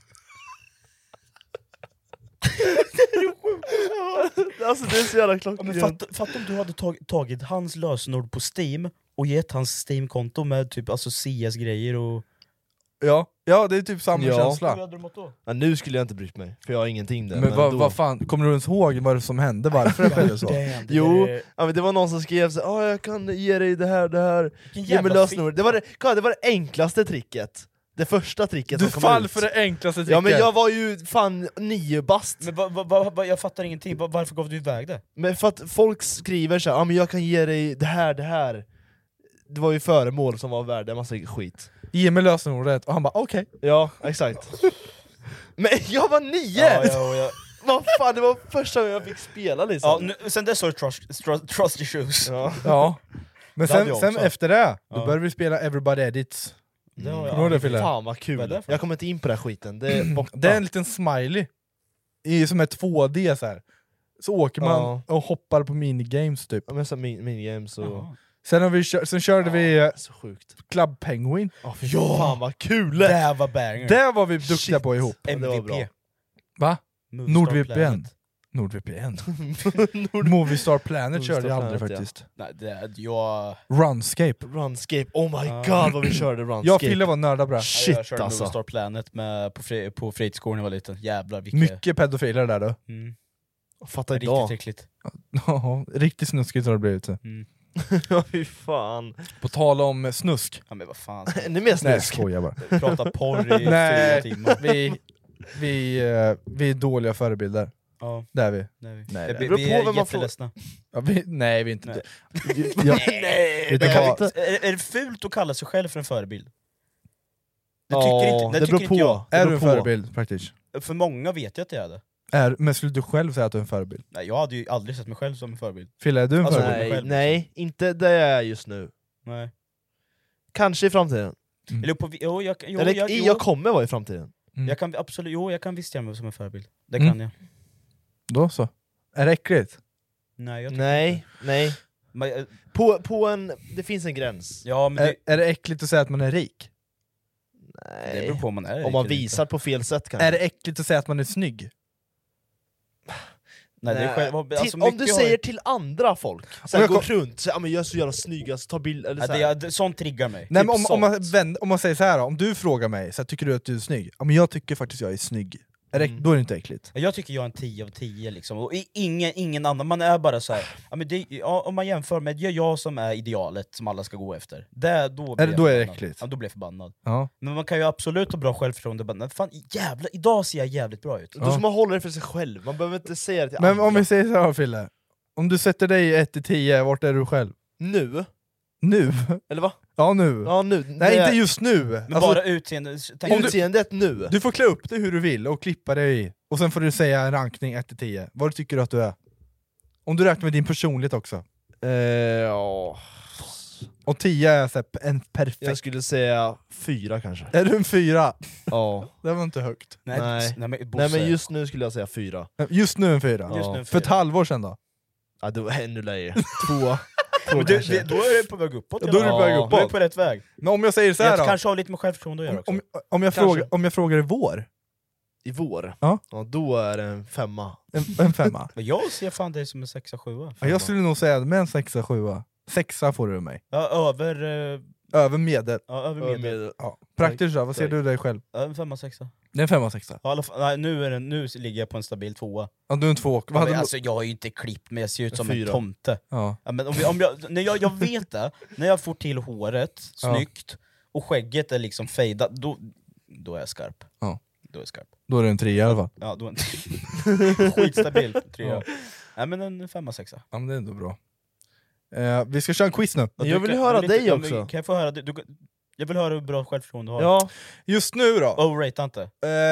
Alltså det är så jävla klockrent. Ja, fatta om du hade tagit hans lösenord på Steam och gett hans Steam-konto med typ alltså CS-grejer och... Ja, det är typ samma känsla. Hur hade du mått då? Ja, nu skulle jag inte brytt mig, för jag har ingenting där. Men vad fan, kommer du ens ihåg vad det som hände? Varför det skedde så? Jo, ja, men det var någon som skrev så jag kan ge dig det här. Ge mig lösenord. Det var det enklaste tricket. Det första tricket du som kom fall ut. för det enklaste tricket. Ja men jag var ju fan 9 bast. Men jag fattar ingenting, varför gav du iväg det? Men för att folk skriver så här, men jag kan ge dig det här. Det var ju föremål som var värda en massa skit. Ge mig lösenordet, och han bara okej. Ja, exakt. Men jag var 9! Ja. Vad fan, det var första gången jag fick spela liksom. Ja, sen dess har du trust issues. Ja. Men sen efter det, då började vi spela Everybody Edits. Fan vad kul. Jag kommer inte in på den här skiten. Det är borta. Det är en liten smiley som är 2D så här. Så åker man och hoppar på minigames typ. Ja, men så minigames och... Sen körde vi så sjukt. Club Penguin. Fan vad kul! Det var banger. Det var vi duktiga på ihop. MVP. Va? NordVPN. Movistar Planet körde jag aldrig faktiskt. Nej, Runscape, oh my god vad vi körde Runscape. Jag och Fille var nördar bra. Shit jag körde alltså. Movistar Planet på fritidsgården när jag var liten. Jävlar vilket... Mycket pedofiler där då. Fattar idag. Riktigt äckligt. Ja, riktigt snuskigt har det blivit. Ja fy fan. På tal om snusk. Ja men vad fan. Ännu mer snusk. Nej, skojar bara. Prata porr i 4 timmar. Vi är dåliga förebilder. Ja. Det är vi. Nej, vi är jätteledsna. Ja, nej, vi är inte. Nej. Är det fult att kalla sig själv för en förebild? Det beror på. Jag. Är du en förebild faktiskt? För många vet jag att jag är det. Men skulle du själv säga att du är en förebild? Nej, jag hade ju aldrig sett mig själv som en förebild. Fille, är du en förebild? Nej, inte det jag är just nu. Nej. Kanske i framtiden. Jag kommer vara i framtiden. Jag kan absolut, jag kan visst göra mig som en förebild. Det kan jag. Då så. Är det äckligt? Nej. Det finns en gräns. Ja, men är det äckligt att säga att man är rik? Nej. Det beror på om man är om man visar på fel sätt kanske. Är det äckligt att säga att man är snygg? Nej, det är själv, alltså om du säger till andra folk, sen går runt, så, jag är så jävla snygg, alltså, ta bild, eller så sånt triggar mig. Nej, men om man säger så här, om du frågar mig, så här, tycker du att du är snygg? Ja, men jag tycker faktiskt jag är snygg. Då är det inte äckligt. Jag tycker jag är en 10 av 10 liksom, och ingen annan, man är bara så här. Om man jämför med jag som är idealet som alla ska gå efter, då är det äckligt. Ja, då blir jag förbannad. Ja. Men man kan ju absolut ha bra självförtroende, men fan jävlar, idag ser jag jävligt bra ut. Då ska man hålla det för sig själv, man behöver inte säga det till Men andra. om vi säger så här, Fille, om du sätter dig 1-10, vart är du själv? Nu? Eller va? Ja, nu. Ja, nu. Nej, inte just nu. Men bara utseende. Utseendet nu. Du får klä upp dig hur du vill och klippa dig, och sen får du säga en rankning 1-10. Vad tycker du att du är? Om du räknar med din personlighet också. Ja. Och 10 är så här, en perfekt. Jag skulle säga 4 kanske. Är du en 4? Ja. Det var inte högt. Nej, men just nu skulle jag säga 4. Just nu en 4? Ja. För ett halvår sedan då? Ja, det var ännu lägre. 2. Men då är du på väg uppåt. Då är du på väg uppåt. Du är på rätt väg. Men om jag säger så här då? Kanske har lite med självförtroende att göra också. Om jag frågar i vår? I vår? Ja. Då är det en 5. En 5? Jag ser fan dig som en 6-7. Ja, jag skulle nog säga med en 6-7. 6 får du mig. Ja, över medel. Ja, över medel. Ja. Praktiskt då, vad ser du dig själv? En 5-6. Det är en 5-6. Ja, nej, nu ligger jag på en stabil 2. Ja, du är en 2. Alltså, jag har ju inte klippt, men jag ser ut som 4. en tomte. Ja. Ja, men jag vet det, när jag får till håret snyggt och skägget är liksom fejdat, då är jag skarp. Ja. Då är jag skarp. Då är det en 3 i alla fall. Ja, då är en skitstabil 3. Ja. Nej, men en 5-6. Ja, men det är ändå bra. Vi ska köra en quiz nu. Jag vill höra dig också. Kan jag få höra det? Jag vill höra hur bra självförtroende du har. Ja. Just nu då? Overrate inte.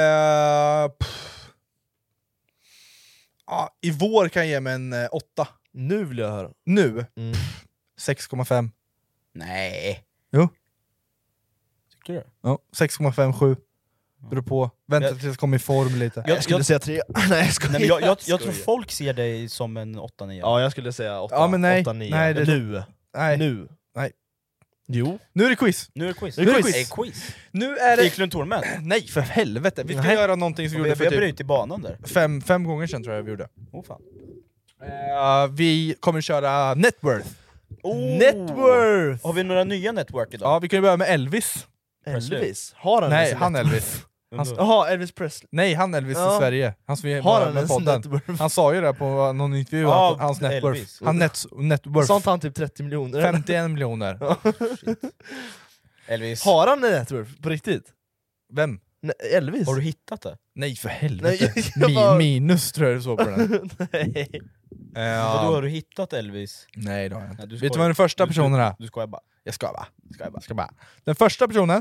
I vår kan jag ge mig en 8. Nu vill jag höra. Nu? 6,5. Nej. Jo. Tycker du? Ja, 6,5-7. Beror på. Vänta tills jag kommer i form lite. Jag skulle säga 3. Nej, jag skojar. Nej, men jag tror folk ser dig som en 8-9. Ja, jag skulle säga 8. Ja, men nej. 8-9. Nej, det... Nu. Nej. Nu. Nej. Jo. Nu är det quiz. Nu är det quiz. Nu är det... Eklund Tornmen. Nej, för helvete. Vi ska göra någonting som vi gjorde för typ... Vi har brutit banan där. 5 gånger sedan tror jag vi gjorde. Fan. Vi kommer köra Networth. Networth! Har vi några nya network idag? Ja, vi kan ju börja med Elvis. Elvis? Har han Nej, han Elvis. Jaha, Elvis Presley. Nej, han Elvis i Sverige. Han som vi har han med podden. Han sa ju det på någon intervju, hans networth. Networth. Sånt han typ 30 miljoner. 51 miljoner. Elvis. Har han en networth på riktigt? Vem? Elvis. Har du hittat det? Nej, för helvete. Nej, minus tror jag du såg på den. Nej. Vadå, har du hittat Elvis? Nej, det har jag inte. Nej, Vet du vad den första personen är? Du skojar bara. Jag ska bara. Den första personen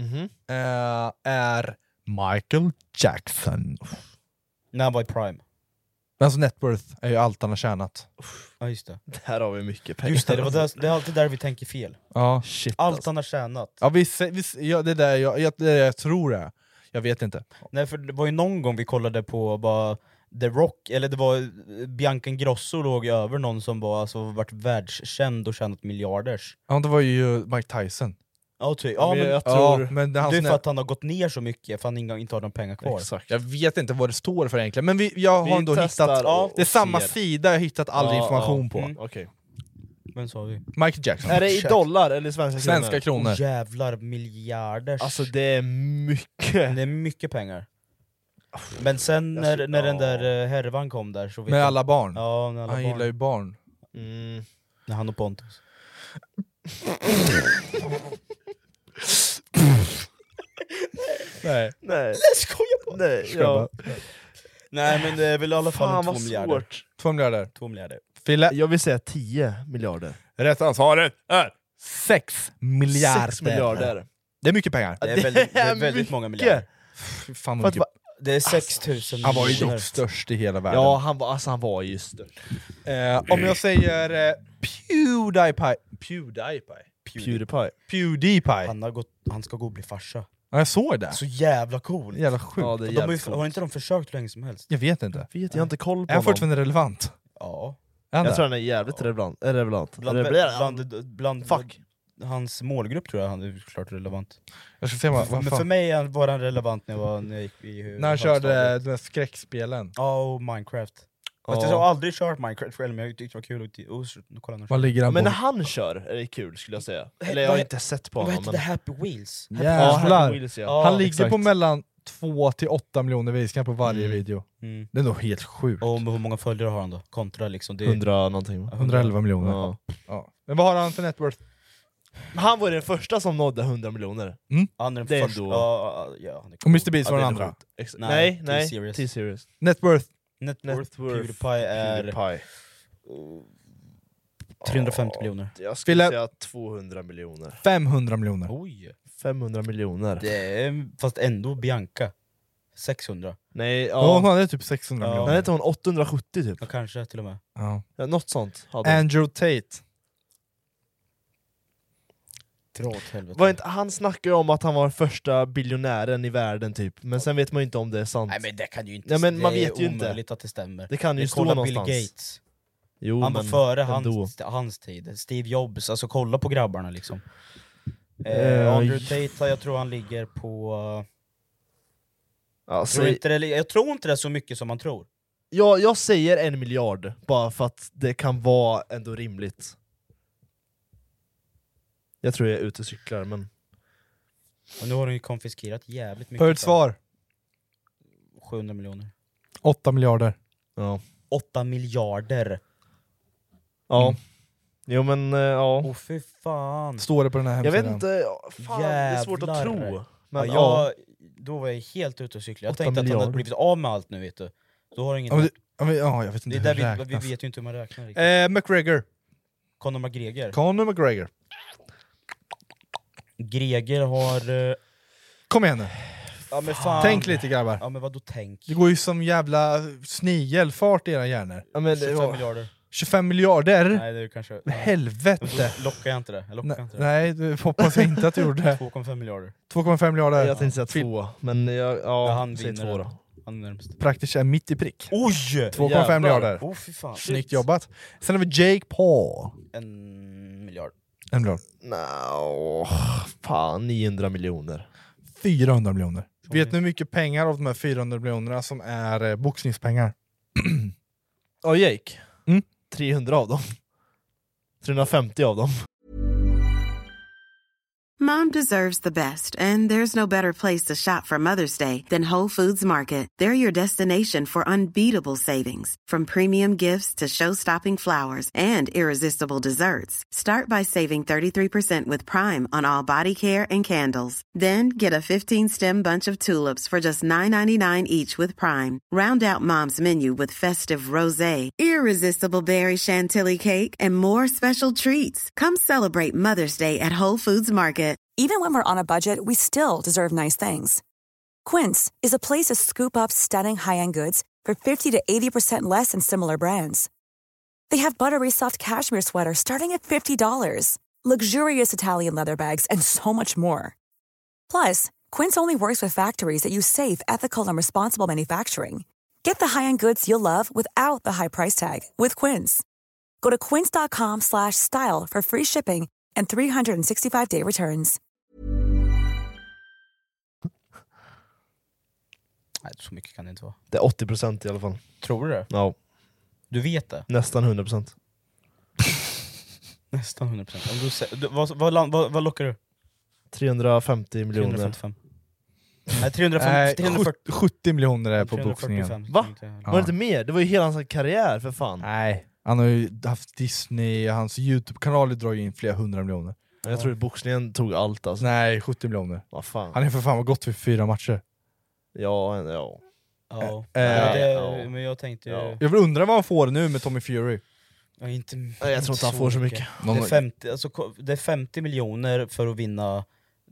är Michael Jackson. När han var i Prime. Alltså networth är ju allt han har tjänat. Ja, just det. Här har vi mycket pengar. Just det, det är alltid där vi tänker fel. Ja. Shit, allt han har tjänat. Ja, det är där jag tror det. Jag vet inte. Nej, för det var ju någon gång vi kollade på bara The Rock, eller det var Bianca Ingrosso låg över någon som var, alltså, varit världskänd och tjänat miljarders. Ja, det var ju Mike Tyson. Ja, men det är för att han har gått ner så mycket för han inte har några pengar kvar. Exakt. Jag vet inte vad det står för egentligen, men jag har ändå hittat, det är samma sida jag har hittat all information på. Okay. Men så har vi Michael Jackson. Är det i dollar eller svenska kronor? Jävlar, miljarders. Alltså det är mycket. Det är mycket pengar. Men sen när den där härvan kom där så med alla barn? Ja, med alla han barn. Gillar ju barn. När han och Pontus. Nej. Nej. Skojar på. Nej, ja. Nej, men det är väl i alla fall 2 miljarder. 2 miljarder. 2 miljarder. Fille? Jag vill säga 10 miljarder. Rätt svaret är 6 miljarder. 6 miljarder. Det är mycket pengar. Det är väldigt många miljarder. Fan vad mycket. Det är 6 000 miljoner. Han var ju dock störst i hela världen. Ja, han var ju störst. Om jag säger PewDiePie. Han ska gå och bli farsa. Ja, jag såg det. Så jävla cool. Jävla sjukt. Ja, det är har inte de försökt hur länge som helst? Jag vet inte. Jag har inte koll på är han fortfarande relevant? Ja. Jag tror han är jävligt relevant. Bland hans målgrupp tror jag han är klart relevant. Jag ska se vad men för mig var han relevant när jag gick i när han körde de skräckspelen. Och Minecraft. Fast jag har aldrig kört Minecraft själv, men jag tyckte det var kul att Vad ligger han på? Men när han kör är det kul skulle jag säga. Eller jag har inte sett på honom. Vad heter det? Happy Wheels? Jävlar. Happy Wheels, ja. Han ligger på mellan 2-8 miljoner visningar på varje video. Det är nog helt sjukt. Och hur många följare har han då? Kontra liksom det 100 någonting. 111 miljoner. Ja. Men vad har han för net worth? Han var den första som nådde 100 miljoner. Han är den Det är första. ändå... Och Mr. Beast var den andra. Nej, T-Series. Net worth. PewDiePie är 350 miljoner. Jag skulle säga 200 miljoner. 500 miljoner. Oj. 500 miljoner. Det är, fast ändå Bianca 600. Nej, hon hade typ 600 miljoner. Nej, hette hon 870 typ. Ja, kanske till och med. Ja, något sånt hade hon. Andrew Tate. Dra åt helvete. Var inte, han snackade om att han var första biljonären i världen typ. Men sen vet man ju inte om det är sant. Nej men det kan ju inte. Ja, men man det vet ju är inte. omöjligt att det stämmer. Det kan ju stå kolla någonstans. Bill Gates. Jo, han var men före ändå. hans tid. Steve Jobs, alltså kolla på grabbarna liksom. Andrew Tate, jag tror han ligger på... jag tror inte det är så mycket som man tror. Ja, jag säger 1 miljard, bara för att det kan vara ändå rimligt. Jag tror jag är ute och cyklar, men... Och nu har de ju konfiskerat jävligt mycket. På ett svar. 700 miljoner. 8 miljarder. Ja. 8 miljarder. Ja. Jo men, ja. Åh fy fan. Står det på den här Jag hemsidan? vet inte, fan, det är svårt att tro. Men då var jag helt ute och cykla. Jag 8 tänkte att han miljarder. hade blivit av med allt nu, vet du. Då har ingen... jag vet inte det är hur där det vi räknas. vet ju inte hur man räknar riktigt. McGregor. Conor McGregor. Conor McGregor. Greger har... Kom igen nu. Ja, men fan. Tänk lite grabbar. Ja men vadå tänk? Det går ju som jävla snigelfart i era hjärnor. Ja, men 25 miljarder. 25 miljarder? Nej det är kanske... Helvete. Lockar jag inte det? Nej, du hoppas jag inte att du gjorde det. 2,5 miljarder. 2,5 miljarder. Jag tänkte säga 2, men han säger vinner 2 då. Han är närmast. Praktiskt är mitt i prick. Oj! 2,5 miljarder. Oh, fy fan. Snyggt jobbat. Sen har vi Jake Paul. 1 miljard. 1 miljard. Fan, 900 miljoner. 400 miljoner. Vet ni hur mycket pengar av de här 400 miljonerna som är boxningspengar? Ja, Jake. 300 av dem. 350 av dem. Mom deserves the best, and there's no better place to shop for Mother's Day than Whole Foods Market. They're your destination for unbeatable savings, from premium gifts to show-stopping flowers and irresistible desserts. Start by saving 33% with Prime on all body care and candles. Then get a 15-stem bunch of tulips for just $9.99 each with Prime. Round out Mom's menu with festive rosé, irresistible berry chantilly cake, and more special treats. Come celebrate Mother's Day at Whole Foods Market. Even when we're on a budget, we still deserve nice things. Quince is a place to scoop up stunning high-end goods for 50 to 80% less than similar brands. They have buttery soft cashmere sweaters starting at $50, luxurious Italian leather bags, and so much more. Plus, Quince only works with factories that use safe, ethical, and responsible manufacturing. Get the high-end goods you'll love without the high price tag with Quince. Go to quince.com/style for free shipping and 365-day returns. Nej, så mycket kan det inte vara. Det är 80% i alla fall. Tror du det? Ja. Du vet det? Nästan 100%. Nästan 100%. Vad lockar du? 350 miljoner. 355. Nej, 340. 70 miljoner är på boxningen. Va? Var det inte mer? Det var ju hela hans karriär för fan. Nej, han har ju haft Disney, hans YouTube-kanal drar ju in flera 100 miljoner. Jag tror att boxningen tog allt alltså. Nej, 70 miljoner. Vad fan. Han är för fan var gått för 4 matcher. Ja. Men jag tänkte... Jag vill undra vad han får nu med Tommy Fury. Jag tror inte han får så mycket. Det är 50 miljoner för att vinna...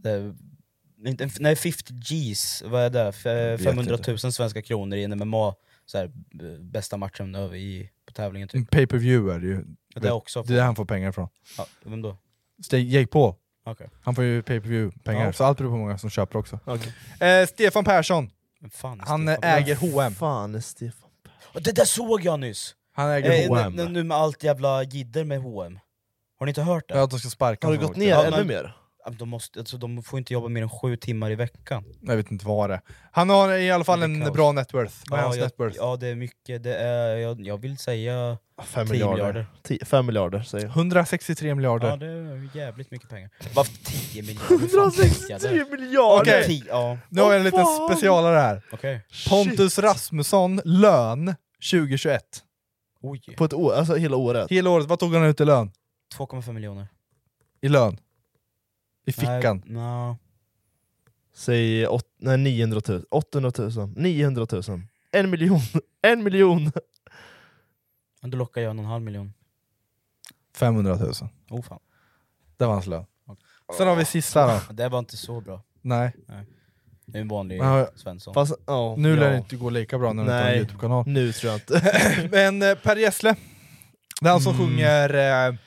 50 G's, vad är det? 500 000 svenska kronor i en MMA, så här, bästa matchen på tävlingen typ. Pay-per-view är det ju. Det är också det är där han får pengar ifrån. Ja, vem då? Jake Paul. Okay. Han får ju pay-per-view pengar, så allt beror på hur många som köper också. Okay. Stefan Persson. Han äger H&M. Fan är Stefan Persson? Det där såg jag nyss! Han äger H&M. Nu med allt jävla gidder med H&M. Har ni inte hört det? Ja, att de ska sparka. Har det gått ner ännu mer? De får inte jobba mer än 7 timmar i veckan. Jag vet inte vad det är. Han har i alla fall en bra net worth. Vad är hans net worth? Ja, det är mycket. Det är, jag vill säga 5 miljarder. 5 miljarder säger jag. 163 miljarder. Ja, det är jävligt mycket pengar. Varför 10 miljarder? 163 miljarder! Okej, nu har jag en liten specialare här. Okay. Pontus Rasmusson, lön 2021. Oj. På ett år, alltså hela året? Hela året, vad tog han ut i lön? 2,5 miljoner. I lön? I fickan? Nej, säg 900 000. 800 000. 900 000. 1 miljon. 1 miljon. Då lockar jag 1,5 miljon. 500 000. Oh fan. Det var hans lön. Sen har vi sista då. Det var inte så bra. Nej. Det är en vanlig Svensson. Fast, nu lär det inte gå lika bra när du har en YouTube-kanal. Nu tror jag inte. Men Per Gessle, det är han som sjunger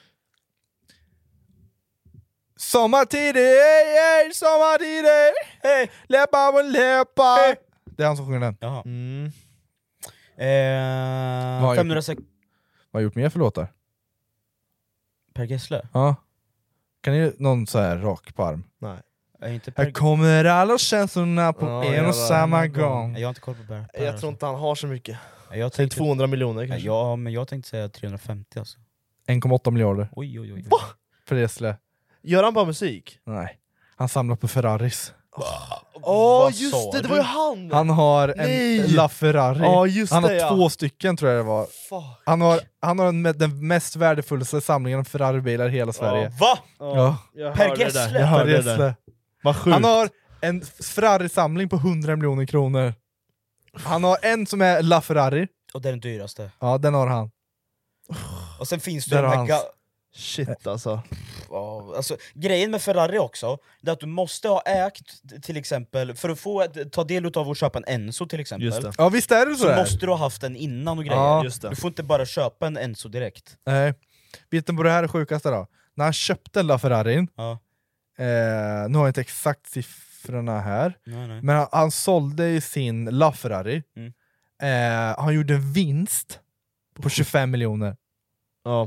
Sommartider, sommartider, läppa på läppa. Det är han som sjunger den. Jaha. 506. Vad har gjort mer för låtar? Per Gessle? Ja. Kan ni någon så här rak på arm? Nej. Här kommer alla känslorna på en och samma gång. Jag har inte koll på Per. Jag tror inte han har så mycket. Jag tänkte 200 miljoner kanske. Ja, men jag tänkte säga 350 alltså. 1,8 miljarder. Oj. Va? Per Gessle. Gör han bara musik? Nej. Han samlar på Ferraris. Just det var ju han! Han har en LaFerrari. Han har 2 stycken tror jag det var. Han har den mest värdefulla samlingen av Ferrari-bilar i hela Sverige. Va? Ja. Per Gessle? Vad sjukt. Han har en Ferrari-samling på 100 miljoner kronor. Han har en som är LaFerrari. Och det är den dyraste. Ja, den har han. Och sen finns det de här shit alltså. Alltså, grejen med Ferrari också, det är att du måste ha ägt till exempel, för att få ta del av att köpa en Enzo till exempel. Just det. Ja, visst är det så måste du ha haft den innan och grejer. Ja, just det. Du får inte bara köpa en Enzo direkt. Nej. Vet du vad det här är sjukaste då? När han köpte LaFerrarin, nu har jag inte exakt siffrorna här, nej. men han sålde ju sin LaFerrari. Han gjorde en vinst på 25 miljoner. Ja.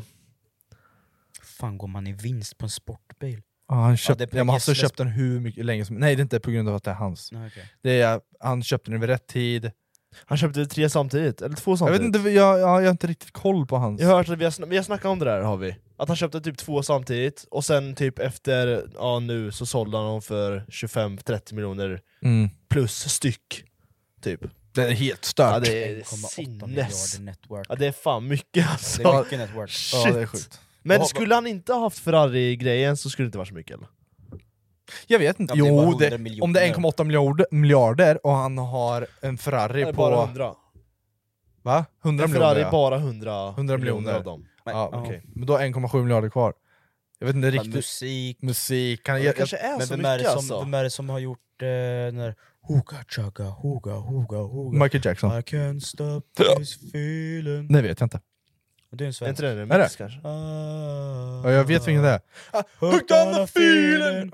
Fan, går man i vinst på en sportbil? Ja, han har köpt den hur mycket länge som... Nej, det är inte på grund av att det är hans. Nej, okay. Det är, han köpte den vid rätt tid. Han köpte 3 samtidigt, eller 2 samtidigt. Jag vet inte, jag har inte riktigt koll på hans. Jag har hört att vi har snackat om det där, har vi. Att han köpte typ 2 samtidigt, och sen typ efter, nu så sålde han dem för 25-30 miljoner plus styck. Typ. Det är helt stört. Ja, det är 1,8 miljarder network. Ja, det är fan mycket alltså. Det är mycket network. Shit. Ja, det är sjukt. Men skulle han inte ha haft Ferrari-grejen så skulle det inte vara så mycket, eller? Jag vet inte. Ja, om det är 1,8 miljarder och han har en Ferrari på... Bara 100. Va? 100 miljoner? Ferrari bara 100 miljoner av dem. Ja, okej. Men då är 1,7 miljarder kvar. Jag vet inte riktigt. Musik. Kan det kanske är men så mycket alltså. Vem är det som har gjort den där Hoga chaga, hoga. Michael Jackson. I can't stop this feeling. Nej, vet jag inte. Det är en svensk. Är inte det mix kanske? Ja, jag vet vilken det är. Hooked on the feeling.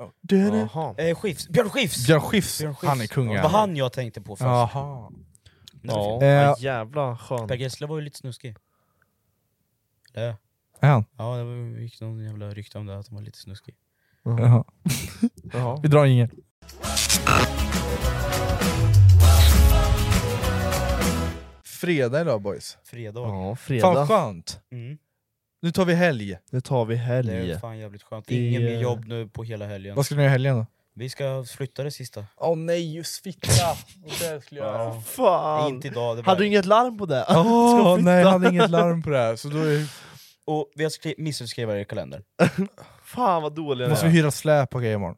Björn Skifs. Han är kungen. Det var han jag tänkte på först. Jaha. Ja, jävla skön. Per Gessle var ju lite snuskig. Är han? Ja, det gick någon jävla rykte om det, att han var lite snuskig. Jaha. Vi drar ingen. Fredag idag, boys. Fredag. Ja, fredag. Fan skönt. Nu tar vi helg. Det är fan jävligt skönt. Ingen mer jobb nu på hela helgen. Vad ska ni göra i helgen då? Vi ska flytta det sista. Nej, just fitta. Och det skulle jag... Fan. Inte idag. Det hade du inget larm på det? Nej, jag hade inget larm på det här. Så då är... Och vi har missat att skriva det i kalendern. Fan vad dåliga måste vi hyra släp och grejer imorgon.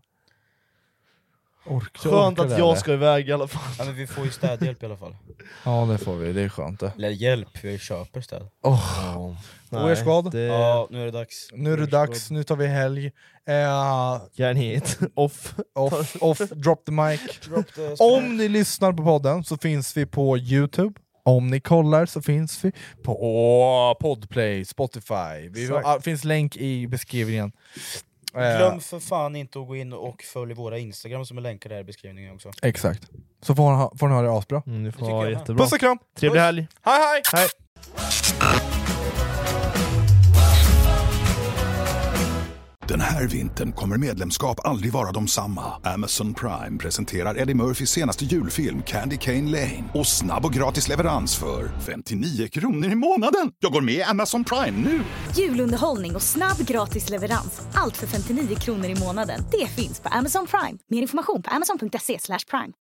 Skönt att jag ska iväg i alla fall. Ja, men vi får ju städhjälp i alla fall. Ja, det får vi, det är skönt det. Eller hjälp, vi köper städ. Årskvad. Ja, nu är det dags. Nu tar vi helg. Gärna hit. Off, drop the mic. Om ni lyssnar på podden så finns vi på YouTube. Om ni kollar så finns vi på Podplay, Spotify. Finns länk i beskrivningen. Glöm för fan inte att gå in och följa våra Instagram som är länkade där i beskrivningen också. Exakt. Så får ni ha det asbra. Ni får ha jättebra. Puss och kram. Trevlig helg. Hej. Den här vintern kommer medlemskap aldrig vara de samma. Amazon Prime presenterar Eddie Murphys senaste julfilm Candy Cane Lane. Och snabb och gratis leverans för 59 kronor i månaden. Jag går med i Amazon Prime nu! Julunderhållning och snabb gratis leverans. Allt för 59 kronor i månaden. Det finns på Amazon Prime. Mer information på amazon.se/prime.